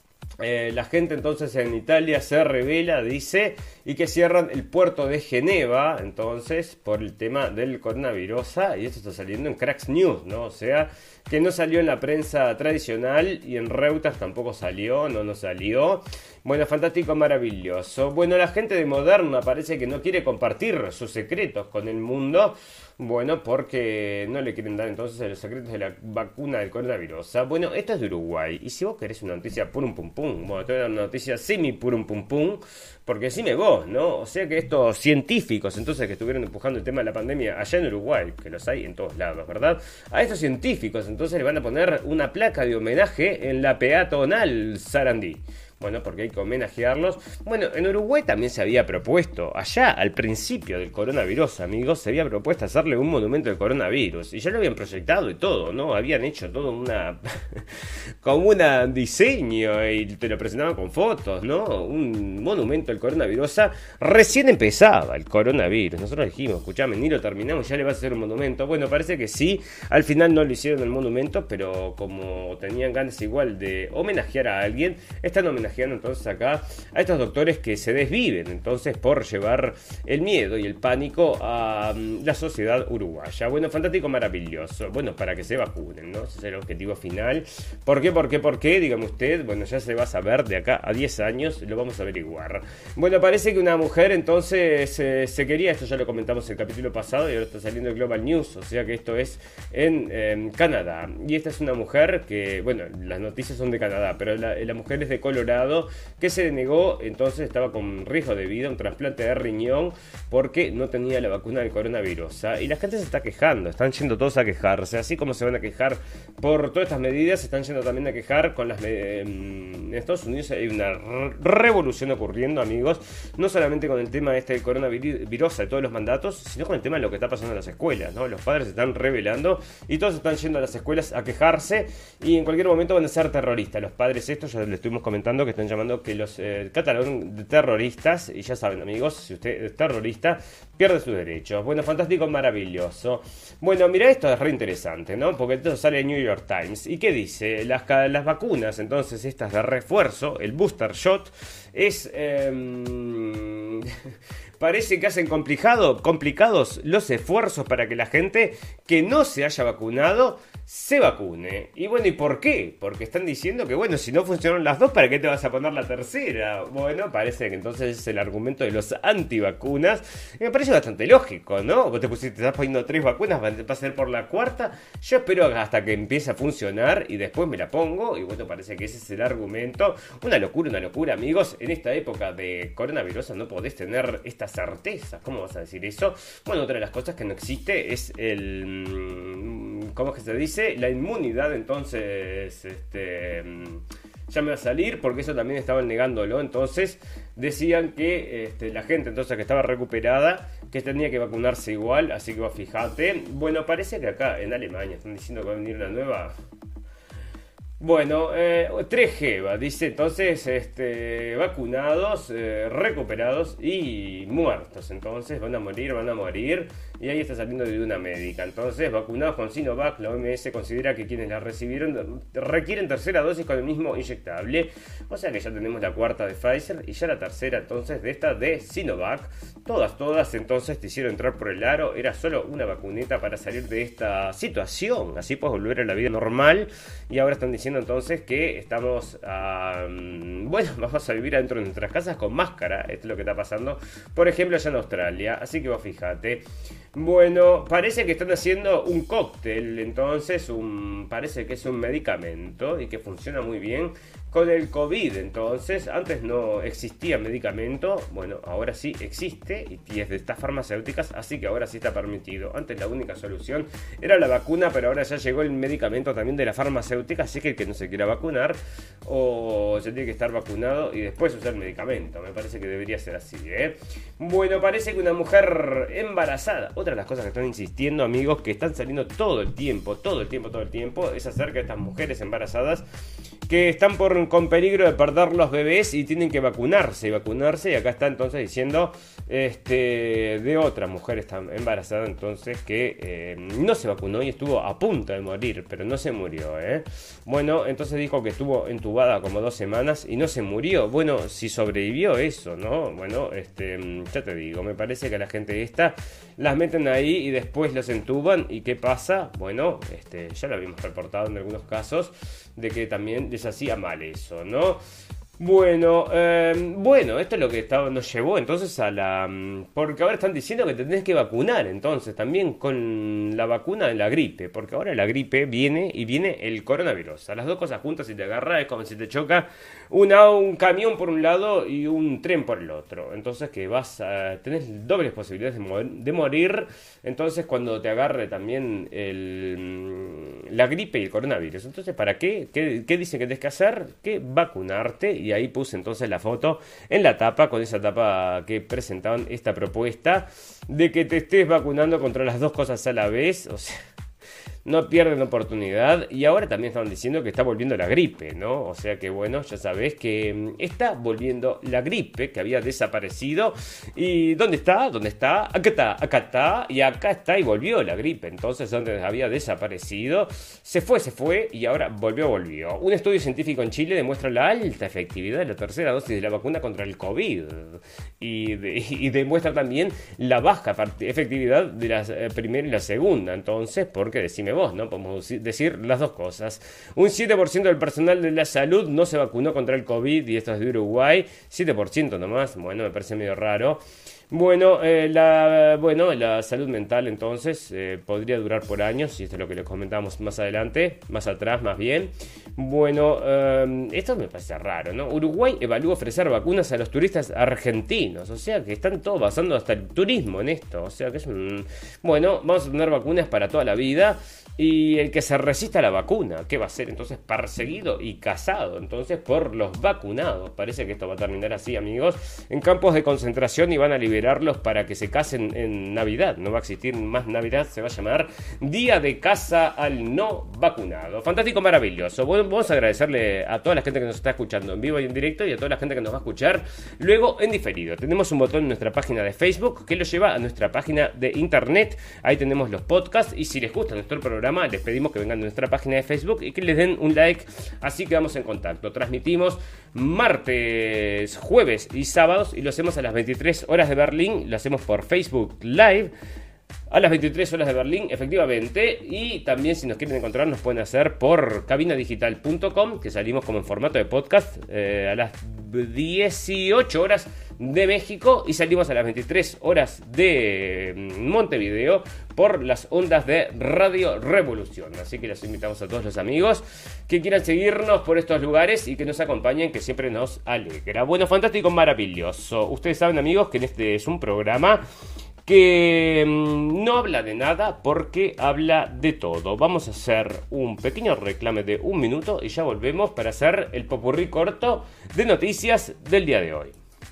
eh, la gente entonces en Italia se revela, dice, y que cierran el puerto de Ginebra entonces por el tema del coronavirus y esto está saliendo en Cracks News, ¿no? O sea, que no salió en la prensa tradicional y en Reuters tampoco salió, no, no salió. Bueno, fantástico, maravilloso. Bueno, la gente de Moderna parece que no quiere compartir sus secretos con el mundo. Bueno, porque no le quieren dar entonces los secretos de la vacuna del coronavirus. Bueno, esto es de Uruguay. Y si vos querés una noticia purum pum pum, bueno, te voy a dar una noticia semi purum pum pum, porque decime vos, ¿no? O sea que estos científicos entonces que estuvieron empujando el tema de la pandemia allá en Uruguay, que los hay en todos lados, ¿verdad? A estos científicos entonces le van a poner una placa de homenaje en la peatonal Sarandí. Bueno, porque hay que homenajearlos. Bueno, en Uruguay también se había propuesto, allá al principio del coronavirus, amigos, se había propuesto hacerle un monumento del coronavirus. Y ya lo habían proyectado y todo, ¿no? Habían hecho todo una como un diseño y te lo presentaban con fotos, ¿no? Un monumento del coronavirus. Recién empezaba el coronavirus. Nosotros dijimos, escuchame, ni lo terminamos, ya le vas a hacer un monumento. Bueno, parece que sí. Al final no lo hicieron el monumento, pero como tenían ganas igual de homenajear a alguien, están homenajeando entonces acá a estos doctores que se desviven entonces por llevar el miedo y el pánico a um, la sociedad uruguaya. Bueno, fantástico, maravilloso. Bueno, para que se vacunen, ¿no? Ese es el objetivo final. ¿Por qué, por qué, por qué? Dígame usted. Bueno, ya se va a saber de acá a diez años, lo vamos a averiguar. Bueno, parece que una mujer entonces eh, se quería, esto ya lo comentamos en el capítulo pasado y ahora está saliendo el Global News, o sea que esto es en eh, Canadá. Y esta es una mujer que, bueno, las noticias son de Canadá, pero la, la mujer es de Colorado, que se negó, entonces estaba con riesgo de vida, un trasplante de riñón, porque no tenía la vacuna del coronavirus. ¿eh? Y la gente se está quejando, están yendo todos a quejarse, así como se van a quejar por todas estas medidas, se están yendo también a quejar con las eh, en Estados Unidos hay una re- revolución ocurriendo, amigos, no solamente con el tema este del coronavirus de todos los mandatos, sino con el tema de lo que está pasando en las escuelas, ¿no? Los padres se están rebelando y todos están yendo a las escuelas a quejarse y en cualquier momento van a ser terroristas. Los padres estos, ya les estuvimos comentando llamando, que están llamando que los eh, catalogan de terroristas, y ya saben amigos, si usted es terrorista, pierde sus derechos. Bueno, fantástico, maravilloso. Bueno, mira, esto es re interesante, ¿no? Porque esto sale en New York Times. ¿Y qué dice? Las, las vacunas, entonces, estas de refuerzo, el booster shot, es... Eh, parece que hacen complicado, complicados los esfuerzos para que la gente que no se haya vacunado se vacune. Y bueno, ¿y por qué? Porque están diciendo que, bueno, si no funcionan las dos, ¿para qué te vas a poner la tercera? Bueno, parece que entonces es el argumento de los antivacunas. Y me parece bastante lógico, ¿no? Vos te pusiste, te estás poniendo tres vacunas, vas a ser por la cuarta. Yo espero hasta que empiece a funcionar y después me la pongo. Y bueno, parece que ese es el argumento. Una locura, una locura, amigos. En esta época de coronavirus no podés tener esta certeza. ¿Cómo vas a decir eso? Bueno, otra de las cosas que no existe es el... ¿Cómo es que se dice? La inmunidad, entonces, este, ya me va a salir, porque eso también estaban negándolo. Entonces decían que este, la gente entonces que estaba recuperada, que tenía que vacunarse igual, así que vos fijate. Bueno, parece que acá en Alemania están diciendo que va a venir una nueva... Bueno, eh, tres G, va, dice entonces, este, vacunados, eh, recuperados y muertos. Entonces van a morir, van a morir. Y ahí está saliendo de una médica. Entonces, vacunados con Sinovac, la O M S considera que quienes la recibieron requieren tercera dosis con el mismo inyectable. O sea que ya tenemos la cuarta de Pfizer y ya la tercera entonces de esta de Sinovac. Todas, todas entonces te hicieron entrar por el aro. Era solo una vacuneta para salir de esta situación. Así puedes volver a la vida normal. Y ahora están diciendo entonces que estamos, um, bueno, vamos a vivir adentro de nuestras casas con máscara. Esto es lo que está pasando, por ejemplo, allá en Australia. Así que vos fíjate. Bueno, parece que están haciendo un cóctel, entonces, un, parece que es un medicamento y que funciona muy bien con el COVID. Entonces, antes no existía medicamento, bueno, ahora sí existe y es de estas farmacéuticas, así que ahora sí está permitido. Antes la única solución era la vacuna, pero ahora ya llegó el medicamento también de la farmacéutica, así que el que no se quiera vacunar o se tiene que estar vacunado y después usar el medicamento. Me parece que debería ser así, ¿eh? Bueno, parece que una mujer embarazada, otra de las cosas que están insistiendo, amigos, que están saliendo todo el tiempo, todo el tiempo, todo el tiempo, es acerca de estas mujeres embarazadas que están por, con peligro de perder los bebés y tienen que vacunarse y vacunarse. Y acá está entonces diciendo este, de otra mujer está embarazada entonces que eh, no se vacunó y estuvo a punto de morir, pero no se murió, ¿eh? Bueno, entonces dijo que estuvo entubada como dos semanas y no se murió. Bueno, si sobrevivió eso, ¿no? Bueno, este, ya te digo, me parece que la gente esta las meten ahí y después los entuban. ¿Y qué pasa? Bueno, este, ya lo habíamos reportado en algunos casos de que también les hacía mal eso, ¿no? Bueno, eh, bueno, esto es lo que está, nos llevó entonces a la... Porque ahora están diciendo que te tenés que vacunar, entonces, también con la vacuna de la gripe, porque ahora la gripe viene y viene el coronavirus. A las dos cosas juntas, si te agarra, es como si te choca una, un camión por un lado y un tren por el otro. Entonces, que vas a tener dobles posibilidades de, morir, de morir, entonces, cuando te agarre también el, la gripe y el coronavirus. Entonces, ¿para qué? ¿Qué, qué dicen que tienes que hacer? Que vacunarte. Y ahí puse entonces la foto en la tapa, con esa tapa que presentaban esta propuesta de que te estés vacunando contra las dos cosas a la vez. O sea, no pierden oportunidad. Y ahora también estaban diciendo que está volviendo la gripe, ¿no? O sea que bueno, ya sabés que está volviendo la gripe, que había desaparecido. ¿Y dónde está? ¿Dónde está? Acá está, acá está. Y acá está y volvió la gripe. Entonces, donde había desaparecido, se fue, se fue y ahora volvió, volvió. Un estudio científico en Chile demuestra la alta efectividad de la tercera dosis de la vacuna contra el COVID. Y, de, y demuestra también la baja efectividad de la primera y la segunda. Entonces, porque decime vos, ¿no? Podemos decir las dos cosas. Un siete por ciento del personal de la salud no se vacunó contra el COVID y esto es de Uruguay. siete por ciento nomás. Bueno, me parece medio raro. Bueno, eh, la, bueno, la salud mental entonces eh, podría durar por años, y esto es lo que les comentamos más adelante, más atrás más bien. Bueno, eh, esto me parece raro, ¿no? Uruguay evalúa ofrecer vacunas a los turistas argentinos, o sea que están todos basando hasta el turismo en esto, o sea que es un... Bueno, vamos a tener vacunas para toda la vida. Y el que se resista a la vacuna, ¿qué va a ser? Entonces perseguido y cazado, entonces por los vacunados. Parece que esto va a terminar así, amigos, en campos de concentración, y van a liberarlos para que se casen en Navidad. No va a existir más Navidad, se va a llamar Día de Caza al No Vacunado. Fantástico, maravilloso. Bueno, vamos a agradecerle a toda la gente que nos está escuchando en vivo y en directo, y a toda la gente que nos va a escuchar luego en diferido. Tenemos un botón en nuestra página de Facebook que lo lleva a nuestra página de internet. Ahí tenemos los podcasts, y si les gusta nuestro programa, les pedimos que vengan a nuestra página de Facebook y que les den un like, así quedamos en contacto. Transmitimos martes, jueves y sábados, y lo hacemos a las veintitrés horas de Berlín. Lo hacemos por Facebook Live a las veintitrés horas de Berlín, efectivamente. Y también, si nos quieren encontrar, nos pueden hacer por cabina digital punto com, que salimos como en formato de podcast eh, a las dieciocho horas de México, y salimos a las veintitrés horas de Montevideo por las ondas de Radio Revolución. Así que los invitamos a todos los amigos que quieran seguirnos por estos lugares y que nos acompañen, que siempre nos alegra. Bueno, fantástico, maravilloso. Ustedes saben, amigos, que en este es un programa que no habla de nada porque habla de todo. Vamos a hacer un pequeño reclame de un minuto y ya volvemos para hacer el popurrí corto de noticias del día de hoy.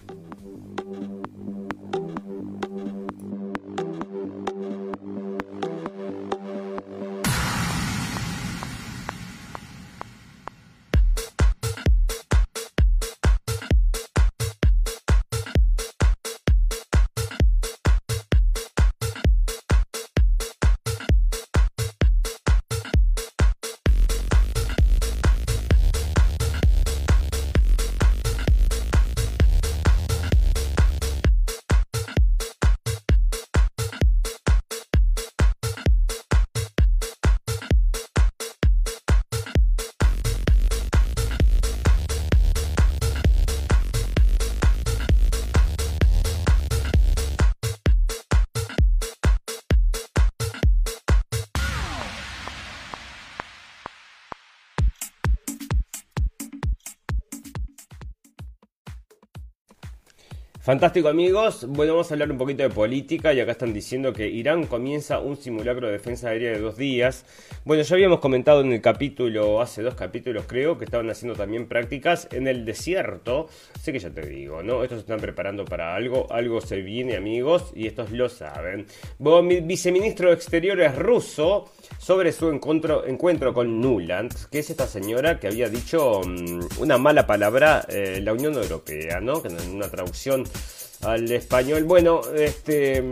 Fantástico, amigos. Bueno, vamos a hablar un poquito de política, y acá están diciendo que Irán comienza un simulacro de defensa aérea de dos días. Bueno, ya habíamos comentado en el capítulo, hace dos capítulos creo, que estaban haciendo también prácticas en el desierto. Así que ya te digo, ¿no? Estos se están preparando para algo, algo se viene, amigos, y estos lo saben. Bueno, mi viceministro de Exteriores ruso, sobre su encuentro, encuentro con Nuland, que es esta señora que había dicho um, una mala palabra, eh, la Unión Europea, ¿no? Que en una traducción al español, bueno, este,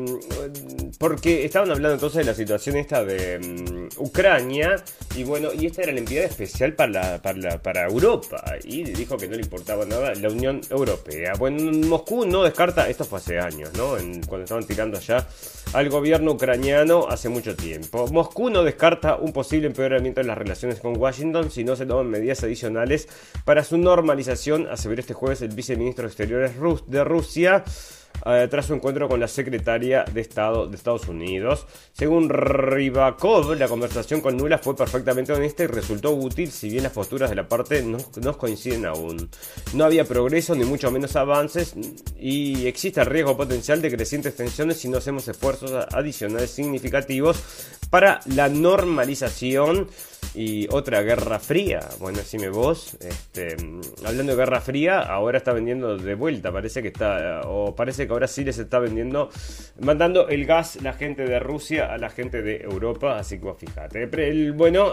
porque estaban hablando entonces de la situación esta de um, Ucrania, y bueno, y esta era la enviada especial para, la, para, la, para Europa, y dijo que no le importaba nada la Unión Europea. Bueno, Moscú no descarta, esto fue hace años, ¿no? En, cuando estaban tirando allá al gobierno ucraniano hace mucho tiempo. Moscú no descarta un posible empeoramiento en las relaciones con Washington si no se toman medidas adicionales para su normalización, aseveró este jueves el viceministro de Exteriores de Rusia, Uh, tras su encuentro con la secretaria de Estado de Estados Unidos. Según Rybakov, la conversación con Nuland fue perfectamente honesta y resultó útil, si bien las posturas de la parte no, no coinciden aún. No había progreso ni mucho menos avances, y existe el riesgo potencial de crecientes tensiones si no hacemos esfuerzos adicionales significativos para la normalización. Y otra guerra fría, bueno, decime vos, este, hablando de guerra fría, ahora está vendiendo de vuelta, parece que está, o parece que ahora sí les está vendiendo, mandando el gas la gente de Rusia a la gente de Europa, así que vos fíjate. El, bueno,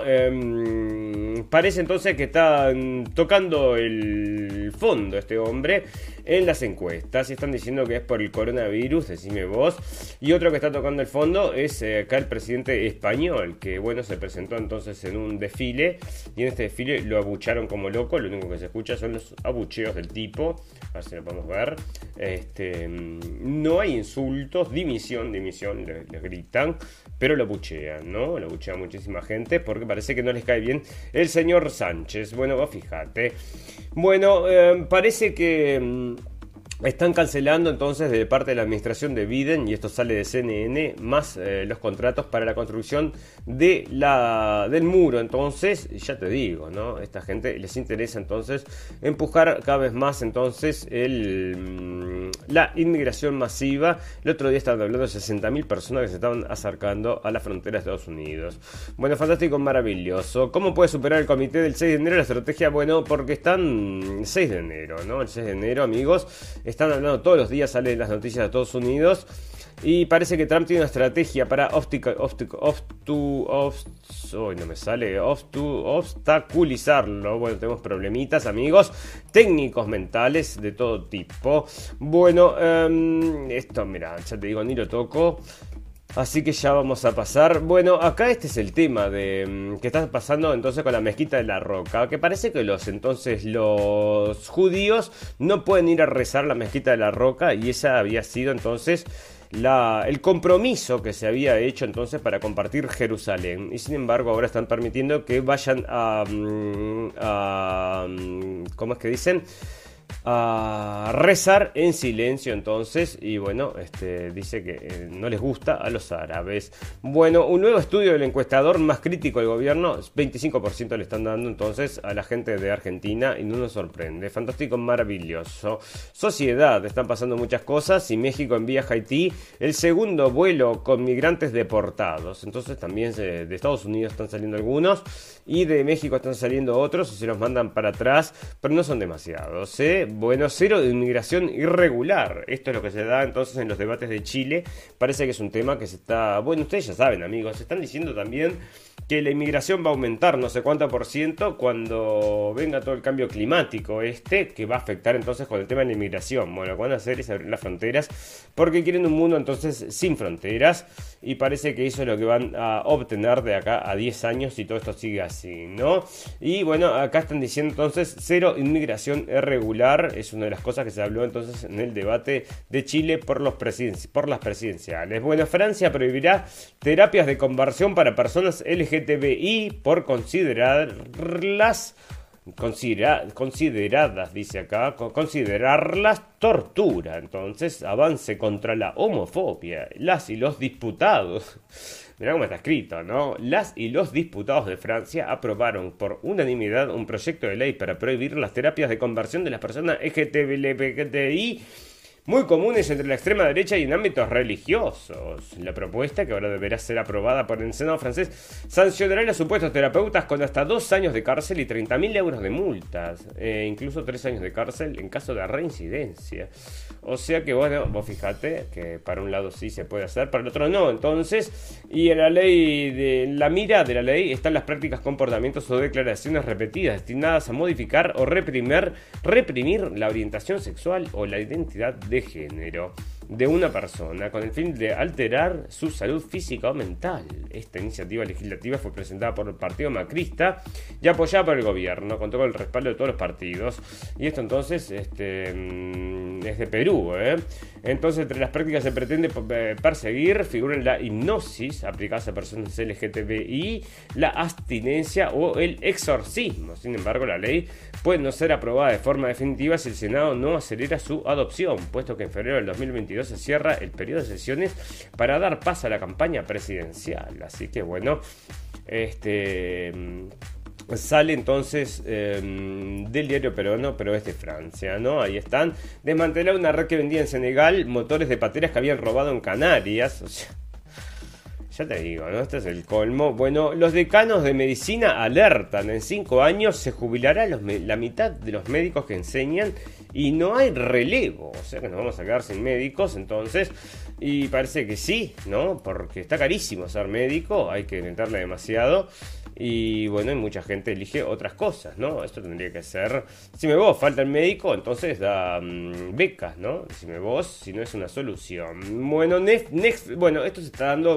eh, parece entonces que está tocando el fondo este hombre en las encuestas, y están diciendo que es por el coronavirus, decime vos. Y otro que está tocando el fondo es eh, acá el presidente español, que bueno, se presentó entonces en un desfile, y en este desfile lo abucharon como loco. Lo único que se escucha son los abucheos del tipo, a ver si lo podemos ver. Este, no hay insultos, dimisión, dimisión, les, les gritan, pero lo abuchean, ¿no? Lo abuchea muchísima gente porque parece que no les cae bien el señor Sánchez. Bueno, fíjate. Bueno, eh, parece que Están cancelando entonces de parte de la administración de Biden, y esto sale de C N N, más eh, los contratos para la construcción de la, del muro. Entonces, ya te digo, ¿no? Esta gente les interesa entonces empujar cada vez más entonces el, la inmigración masiva. El otro día estaban hablando de sesenta mil personas que se estaban acercando a la frontera de Estados Unidos. Bueno, fantástico, maravilloso. ¿Cómo puede superar el comité del seis de enero la estrategia? Bueno, porque están seis de enero, ¿no? El seis de enero, amigos. Están hablando todos los días, salen las noticias de Estados Unidos. Y parece que Trump tiene una estrategia para obstica, obstica, obstu, obst, oh, no me sale, obstu, obstaculizarlo. Bueno, tenemos problemitas, amigos, técnicos mentales de todo tipo. Bueno, um, esto, mira, ya te digo, ni lo toco. Así que ya vamos a pasar. Bueno, acá este es el tema de que está pasando entonces con la mezquita de la Roca, que parece que los entonces los judíos no pueden ir a rezar la mezquita de la Roca, y esa había sido entonces la, el compromiso que se había hecho entonces para compartir Jerusalén, y sin embargo ahora están permitiendo que vayan a, a ¿cómo es que dicen? A rezar en silencio entonces. Y bueno, este dice que eh, no les gusta a los árabes. Bueno, un nuevo estudio del encuestador más crítico del gobierno, veinticinco por ciento le están dando entonces a la gente de Argentina, y no nos sorprende. Fantástico, maravilloso. Sociedad, están pasando muchas cosas, y México envía a Haití el segundo vuelo con migrantes deportados. Entonces también de, de Estados Unidos están saliendo algunos, y de México están saliendo otros, y se los mandan para atrás, pero no son demasiados, ¿eh? Bueno, cero de inmigración irregular. Esto es lo que se da entonces en los debates de Chile. Parece que es un tema que se está... Bueno, ustedes ya saben, amigos, se están diciendo también que la inmigración va a aumentar no sé cuánto por ciento cuando venga todo el cambio climático este, que va a afectar entonces con el tema de la inmigración. Bueno, lo que van a hacer es abrir las fronteras, porque quieren un mundo entonces sin fronteras, y parece que eso es lo que van a obtener de acá a diez años si todo esto sigue así, ¿no? Y bueno, acá están diciendo entonces cero inmigración irregular. Es una de las cosas que se habló entonces en el debate de Chile por, los presiden- por las presidenciales. Bueno, Francia prohibirá terapias de conversión para personas L G T B I por considerarlas considera- consideradas, dice acá, considerarlas tortura. Entonces, avance contra la homofobia. Las y los diputados... Mirá cómo está escrito, ¿no? Las y los diputados de Francia aprobaron por unanimidad un proyecto de ley para prohibir las terapias de conversión de las personas L G T B I, muy comunes entre la extrema derecha y en ámbitos religiosos. La propuesta, que ahora deberá ser aprobada por el Senado francés, sancionará a los supuestos terapeutas con hasta dos años de cárcel y treinta mil euros de multas, e incluso tres años de cárcel en caso de reincidencia. O sea que, bueno, vos fijate que para un lado sí se puede hacer, para el otro no. Entonces, y en la ley, de en la mira de la ley están las prácticas, comportamientos o declaraciones repetidas destinadas a modificar o reprimir, reprimir la orientación sexual o la identidad de género de una persona con el fin de alterar su salud física o mental. Esta iniciativa legislativa fue presentada por el partido macrista y apoyada por el gobierno, contó con el respaldo de todos los partidos, y esto entonces este, es de Perú, ¿eh? Entonces, entre las prácticas se pretende perseguir figuran la hipnosis aplicada a personas L G T B I, la abstinencia o el exorcismo. Sin embargo, la ley puede no ser aprobada de forma definitiva si el Senado no acelera su adopción, puesto que en febrero del dos mil veintidós se cierra el periodo de sesiones para dar paso a la campaña presidencial. Así que bueno, este... sale entonces eh, del diario peruano, pero es de Francia, ¿no? Ahí están. Desmantelar una red que vendía en Senegal motores de pateras que habían robado en Canarias. O sea, ya te digo, ¿no? Este es el colmo. Bueno, los decanos de medicina alertan. En cinco años se jubilará los me- la mitad de los médicos que enseñan y no hay relevo. O sea que nos vamos a quedar sin médicos, entonces. Y parece que sí, ¿no? Porque está carísimo ser médico, hay que meterle demasiado. Y bueno, y mucha gente elige otras cosas, ¿no? Esto tendría que ser... Si me vos falta el médico, entonces da um, becas, ¿no? Si me vos, si no es una solución. Bueno, next, next, bueno, esto se está dando en Estados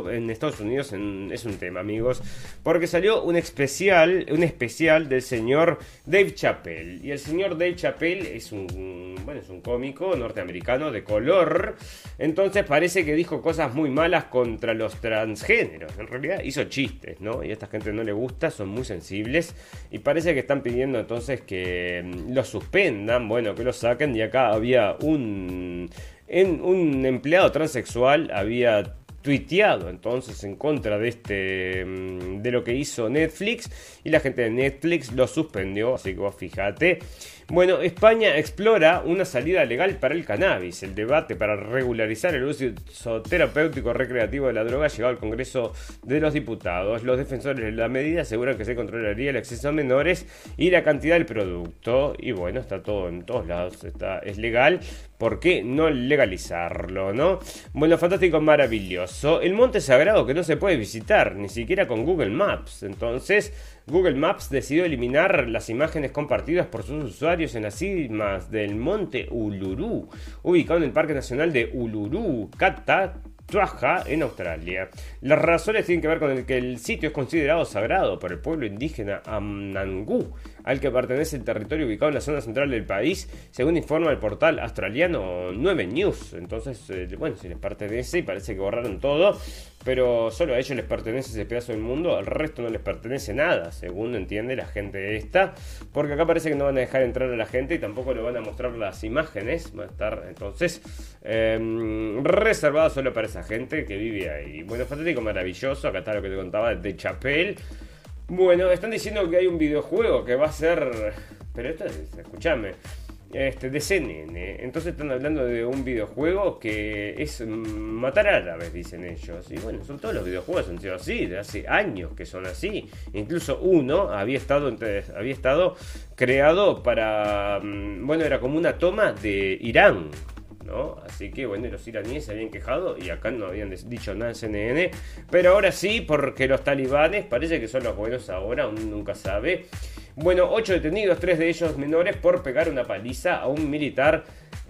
Estados Unidos en, es un tema, amigos, porque salió un especial, un especial del señor Dave Chappelle. Y el señor Dave Chappelle es un, bueno, es un cómico norteamericano de color. Entonces parece que dijo cosas muy malas contra los transgéneros. En realidad hizo chistes, ¿no? Y a esta gente no le gusta, son muy sensibles. Y parece que están pidiendo entonces que los suspendan, bueno, que los saquen. Y acá había un, en, un empleado transexual, había tuiteado entonces en contra de este de lo que hizo Netflix, y la gente de Netflix lo suspendió, así que vos fíjate. Bueno, España explora una salida legal para el cannabis. El debate para regularizar el uso terapéutico recreativo de la droga llegó al Congreso de los Diputados. Los defensores de la medida aseguran que se controlaría el acceso a menores y la cantidad del producto. Y bueno, está todo en todos lados, está, es legal. ¿Por qué no legalizarlo, no? Bueno, fantástico, maravilloso. El monte sagrado que no se puede visitar, ni siquiera con Google Maps. Entonces, Google Maps decidió eliminar las imágenes compartidas por sus usuarios en las cimas del monte Uluru, ubicado en el Parque Nacional de Uluru, Kata Twaja, en Australia. Las razones tienen que ver con el que el sitio es considerado sagrado por el pueblo indígena Amnangú, al que pertenece el territorio ubicado en la zona central del país, según informa el portal australiano nueve News. Entonces, eh, bueno, si les pertenece, y parece que borraron todo, pero solo a ellos les pertenece ese pedazo del mundo, al resto no les pertenece nada, según entiende la gente esta, porque acá parece que no van a dejar entrar a la gente y tampoco le van a mostrar las imágenes, va a estar entonces eh, reservado solo para esa gente que vive ahí. Bueno, fantástico, maravilloso. Acá está lo que te contaba de Chappelle. Bueno, están diciendo que hay un videojuego que va a ser, pero esto es, escúchame, este, de C N N. Entonces están hablando de un videojuego que es matar árabes, dicen ellos. Y bueno, son todos los videojuegos, han sido así, de hace años que son así. Incluso uno había estado, entre, había estado creado para, bueno, era como una toma de Irán, ¿no? Así que bueno, los iraníes se habían quejado y acá no habían dicho nada en C N N, pero ahora sí, porque los talibanes parece que son los buenos ahora, uno nunca sabe. Bueno, ocho detenidos, tres de ellos menores, por pegar una paliza a un militar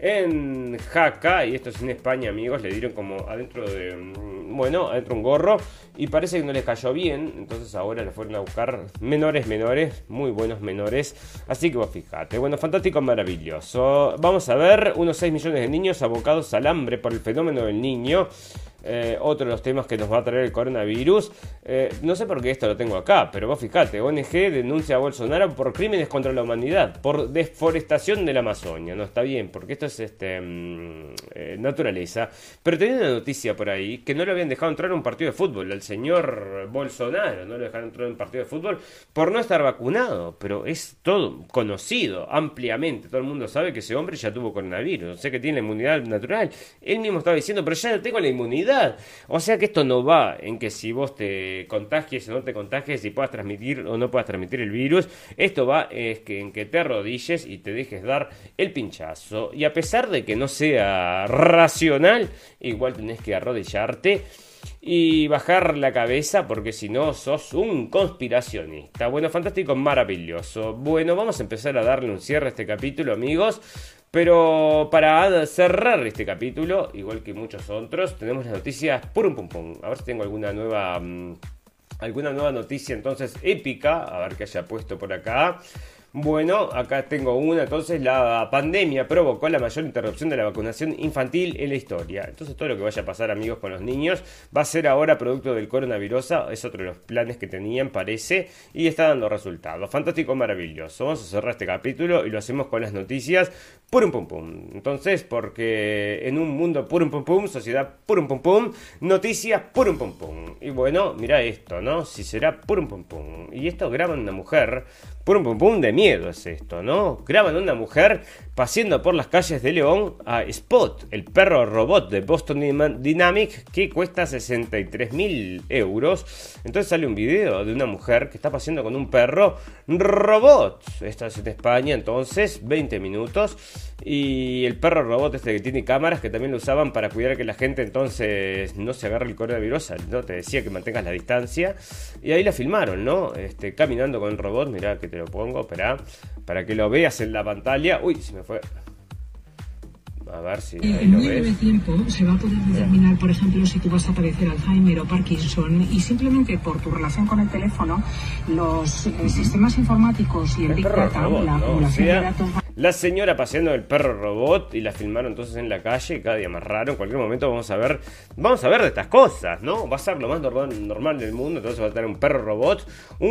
en Jaca, y esto es en España, amigos. Le dieron como adentro de, bueno, adentro un gorro, y parece que no les cayó bien, entonces ahora le fueron a buscar menores, menores, muy buenos menores, así que vos fijate. Bueno, fantástico, maravilloso. Vamos a ver, unos seis millones de niños abocados al hambre por el fenómeno del niño. Eh, otro de los temas que nos va a traer el coronavirus. Eh, no sé por qué esto lo tengo acá, pero vos fijate, O N G denuncia a Bolsonaro por crímenes contra la humanidad, por deforestación de la Amazonia. No está bien, porque esto es este mmm, eh, naturaleza. Pero tenía una noticia por ahí que no lo habían dejado entrar a un partido de fútbol. Al señor Bolsonaro no lo dejaron entrar a un partido de fútbol por no estar vacunado. Pero es todo conocido ampliamente. Todo el mundo sabe que ese hombre ya tuvo coronavirus. Sé que tiene la inmunidad natural. Él mismo estaba diciendo, pero ya no tengo la inmunidad. O sea que esto no va en que si vos te contagies o no te contagies, si puedas transmitir o no puedas transmitir el virus. Esto va es que en que te arrodilles y te dejes dar el pinchazo. Y a pesar de que no sea racional, igual tenés que arrodillarte y bajar la cabeza, porque si no sos un conspiracionista. Bueno, fantástico, maravilloso. Bueno, vamos a empezar a darle un cierre a este capítulo, amigos. Pero para cerrar este capítulo, igual que muchos otros, tenemos las noticias purum pum pum. A ver si tengo alguna nueva um, alguna nueva noticia entonces épica, a ver qué haya puesto por acá. Bueno, acá tengo una. Entonces, la pandemia provocó la mayor interrupción de la vacunación infantil en la historia. Entonces, todo lo que vaya a pasar, amigos, con los niños va a ser ahora producto del coronavirus. Es otro de los planes que tenían, parece, y está dando resultados. Fantástico, maravilloso. Vamos a cerrar este capítulo y lo hacemos con las noticias purum pum pum. Entonces, porque en un mundo purum pum pum, sociedad purum pum pum, noticias purum pum pum. Y bueno, mira esto, ¿no? Si será purum pum pum. Y esto graban una mujer. Purum pum pum de miedo es esto, ¿no? Graban a una mujer paseando por las calles de León a Spot, el perro robot de Boston Dynamics, que cuesta sesenta y tres mil euros. Entonces sale un video de una mujer que está paseando con un perro robot. Esto es en España, entonces, veinte minutos. Y el perro robot este que tiene cámaras, que también lo usaban para cuidar que la gente entonces no se agarre el coronavirus, ¿no? Te decía que mantengas la distancia. Y ahí la filmaron, ¿no? Este, caminando con el robot, mirá que te lo pongo, espera, para que lo veas en la pantalla. Uy, se me fue. A ver si Eh, ahí en lo muy breve ves. tiempo se va a poder determinar, por ejemplo, si tú vas a padecer Alzheimer o Parkinson, y simplemente por tu relación con el teléfono, los eh, sistemas informáticos y el El Big perro Data, robot, la ¿no? O acumulación de sea, datos... la señora paseando el perro robot y la filmaron entonces en la calle, cada día más raro. En cualquier momento vamos a ver, vamos a ver de estas cosas, ¿no? Va a ser lo más normal, normal del mundo. Entonces va a tener un perro robot,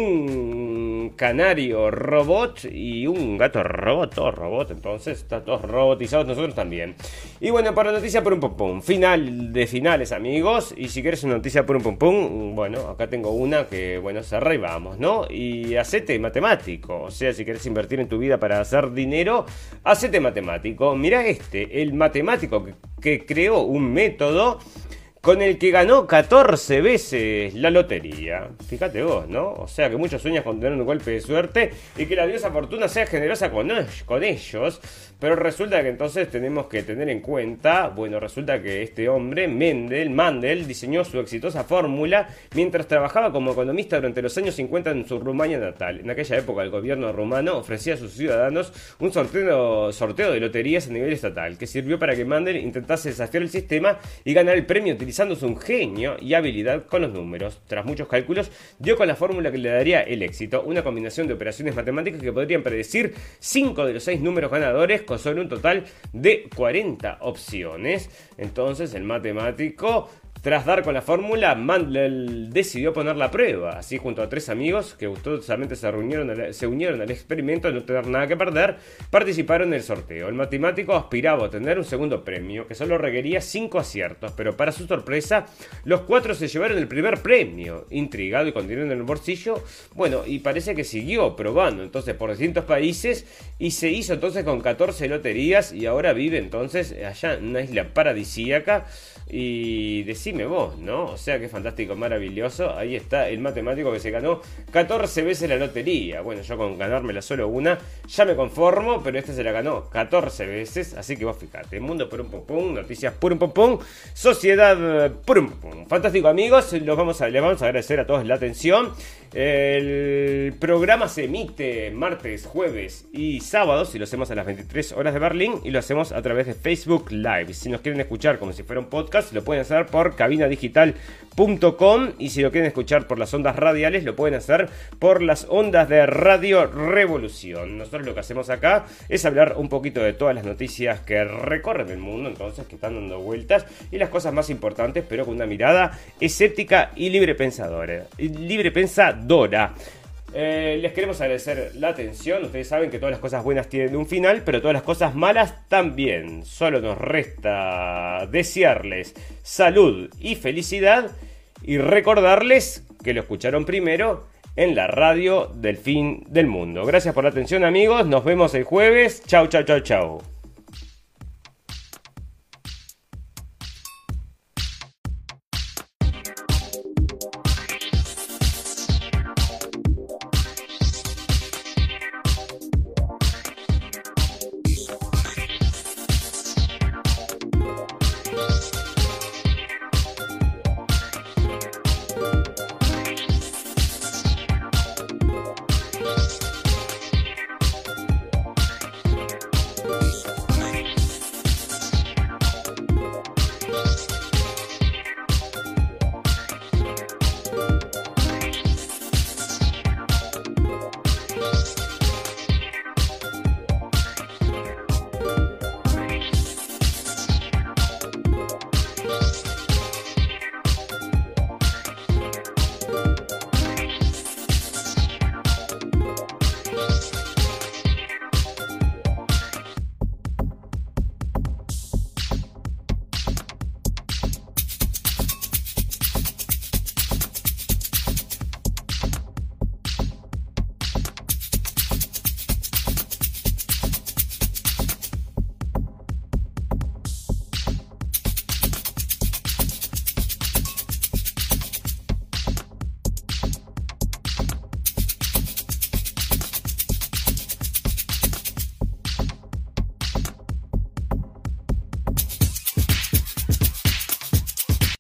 un canario robot y un gato robot, todo robot. Entonces está todos robotizados, nosotros también. Y bueno, para noticia por un pum pum, final de finales, amigos. Y si quieres una noticia por un pum pum, bueno, acá tengo una que, bueno, cerra y vamos, ¿no? Y hacete matemático, o sea, si quieres invertir en tu vida para hacer dinero, hacete matemático. Mirá este, el matemático que, que creó un método con el que ganó catorce veces la lotería. Fíjate vos, ¿no? O sea que muchos sueñan con tener un golpe de suerte y que la diosa fortuna sea generosa con, con ellos. Pero resulta que entonces tenemos que tener en cuenta, bueno, resulta que este hombre, Mendel, Mandel, diseñó su exitosa fórmula mientras trabajaba como economista durante los años cincuenta en su Rumania natal. En aquella época el gobierno rumano ofrecía a sus ciudadanos un sorteo, sorteo de loterías a nivel estatal, que sirvió para que Mandel intentase desafiar el sistema y ganar el premio utilizando su ingenio y habilidad con los números. Tras muchos cálculos, dio con la fórmula que le daría el éxito, una combinación de operaciones matemáticas que podrían predecir cinco de los seis números ganadores con solo un total de cuarenta opciones. Entonces el matemático, tras dar con la fórmula, Mandel decidió ponerla a prueba. Así, junto a tres amigos que gustosamente se, reunieron al, se unieron al experimento de no tener nada que perder, participaron en el sorteo. El matemático aspiraba a obtener un segundo premio, que solo requería cinco aciertos, pero para su sorpresa, los cuatro se llevaron el primer premio. Intrigado y con dinero en el bolsillo, bueno, y parece que siguió probando entonces por distintos países y se hizo entonces con catorce loterías y ahora vive entonces allá en una isla paradisíaca. Y decime vos, ¿no? O sea, qué fantástico, maravilloso. Ahí está el matemático que se ganó catorce veces la lotería. Bueno, yo con ganármela solo una ya me conformo, pero este se la ganó catorce veces. Así que vos fíjate, mundo por un pum pum, noticias por un pum pum, sociedad por un pum pum. Fantástico, amigos, los vamos a, les vamos a agradecer a todos la atención. El programa se emite martes, jueves y sábados, y lo hacemos a las veintitrés horas de Berlín, y lo hacemos a través de Facebook Live. Si nos quieren escuchar como si fuera un podcast, lo pueden hacer por cabina digital punto com, y si lo quieren escuchar por las ondas radiales, lo pueden hacer por las ondas de Radio Revolución. Nosotros lo que hacemos acá es hablar un poquito de todas las noticias que recorren el mundo, entonces, que están dando vueltas, y las cosas más importantes, pero con una mirada escéptica y libre pensadora. Libre pensadora. Dora. Eh, les queremos agradecer la atención. Ustedes saben que todas las cosas buenas tienen un final, pero todas las cosas malas también. Solo nos resta desearles salud y felicidad y recordarles que lo escucharon primero en la radio del fin del mundo. Gracias por la atención, amigos. Nos vemos el jueves. Chau, chau, chau, chau.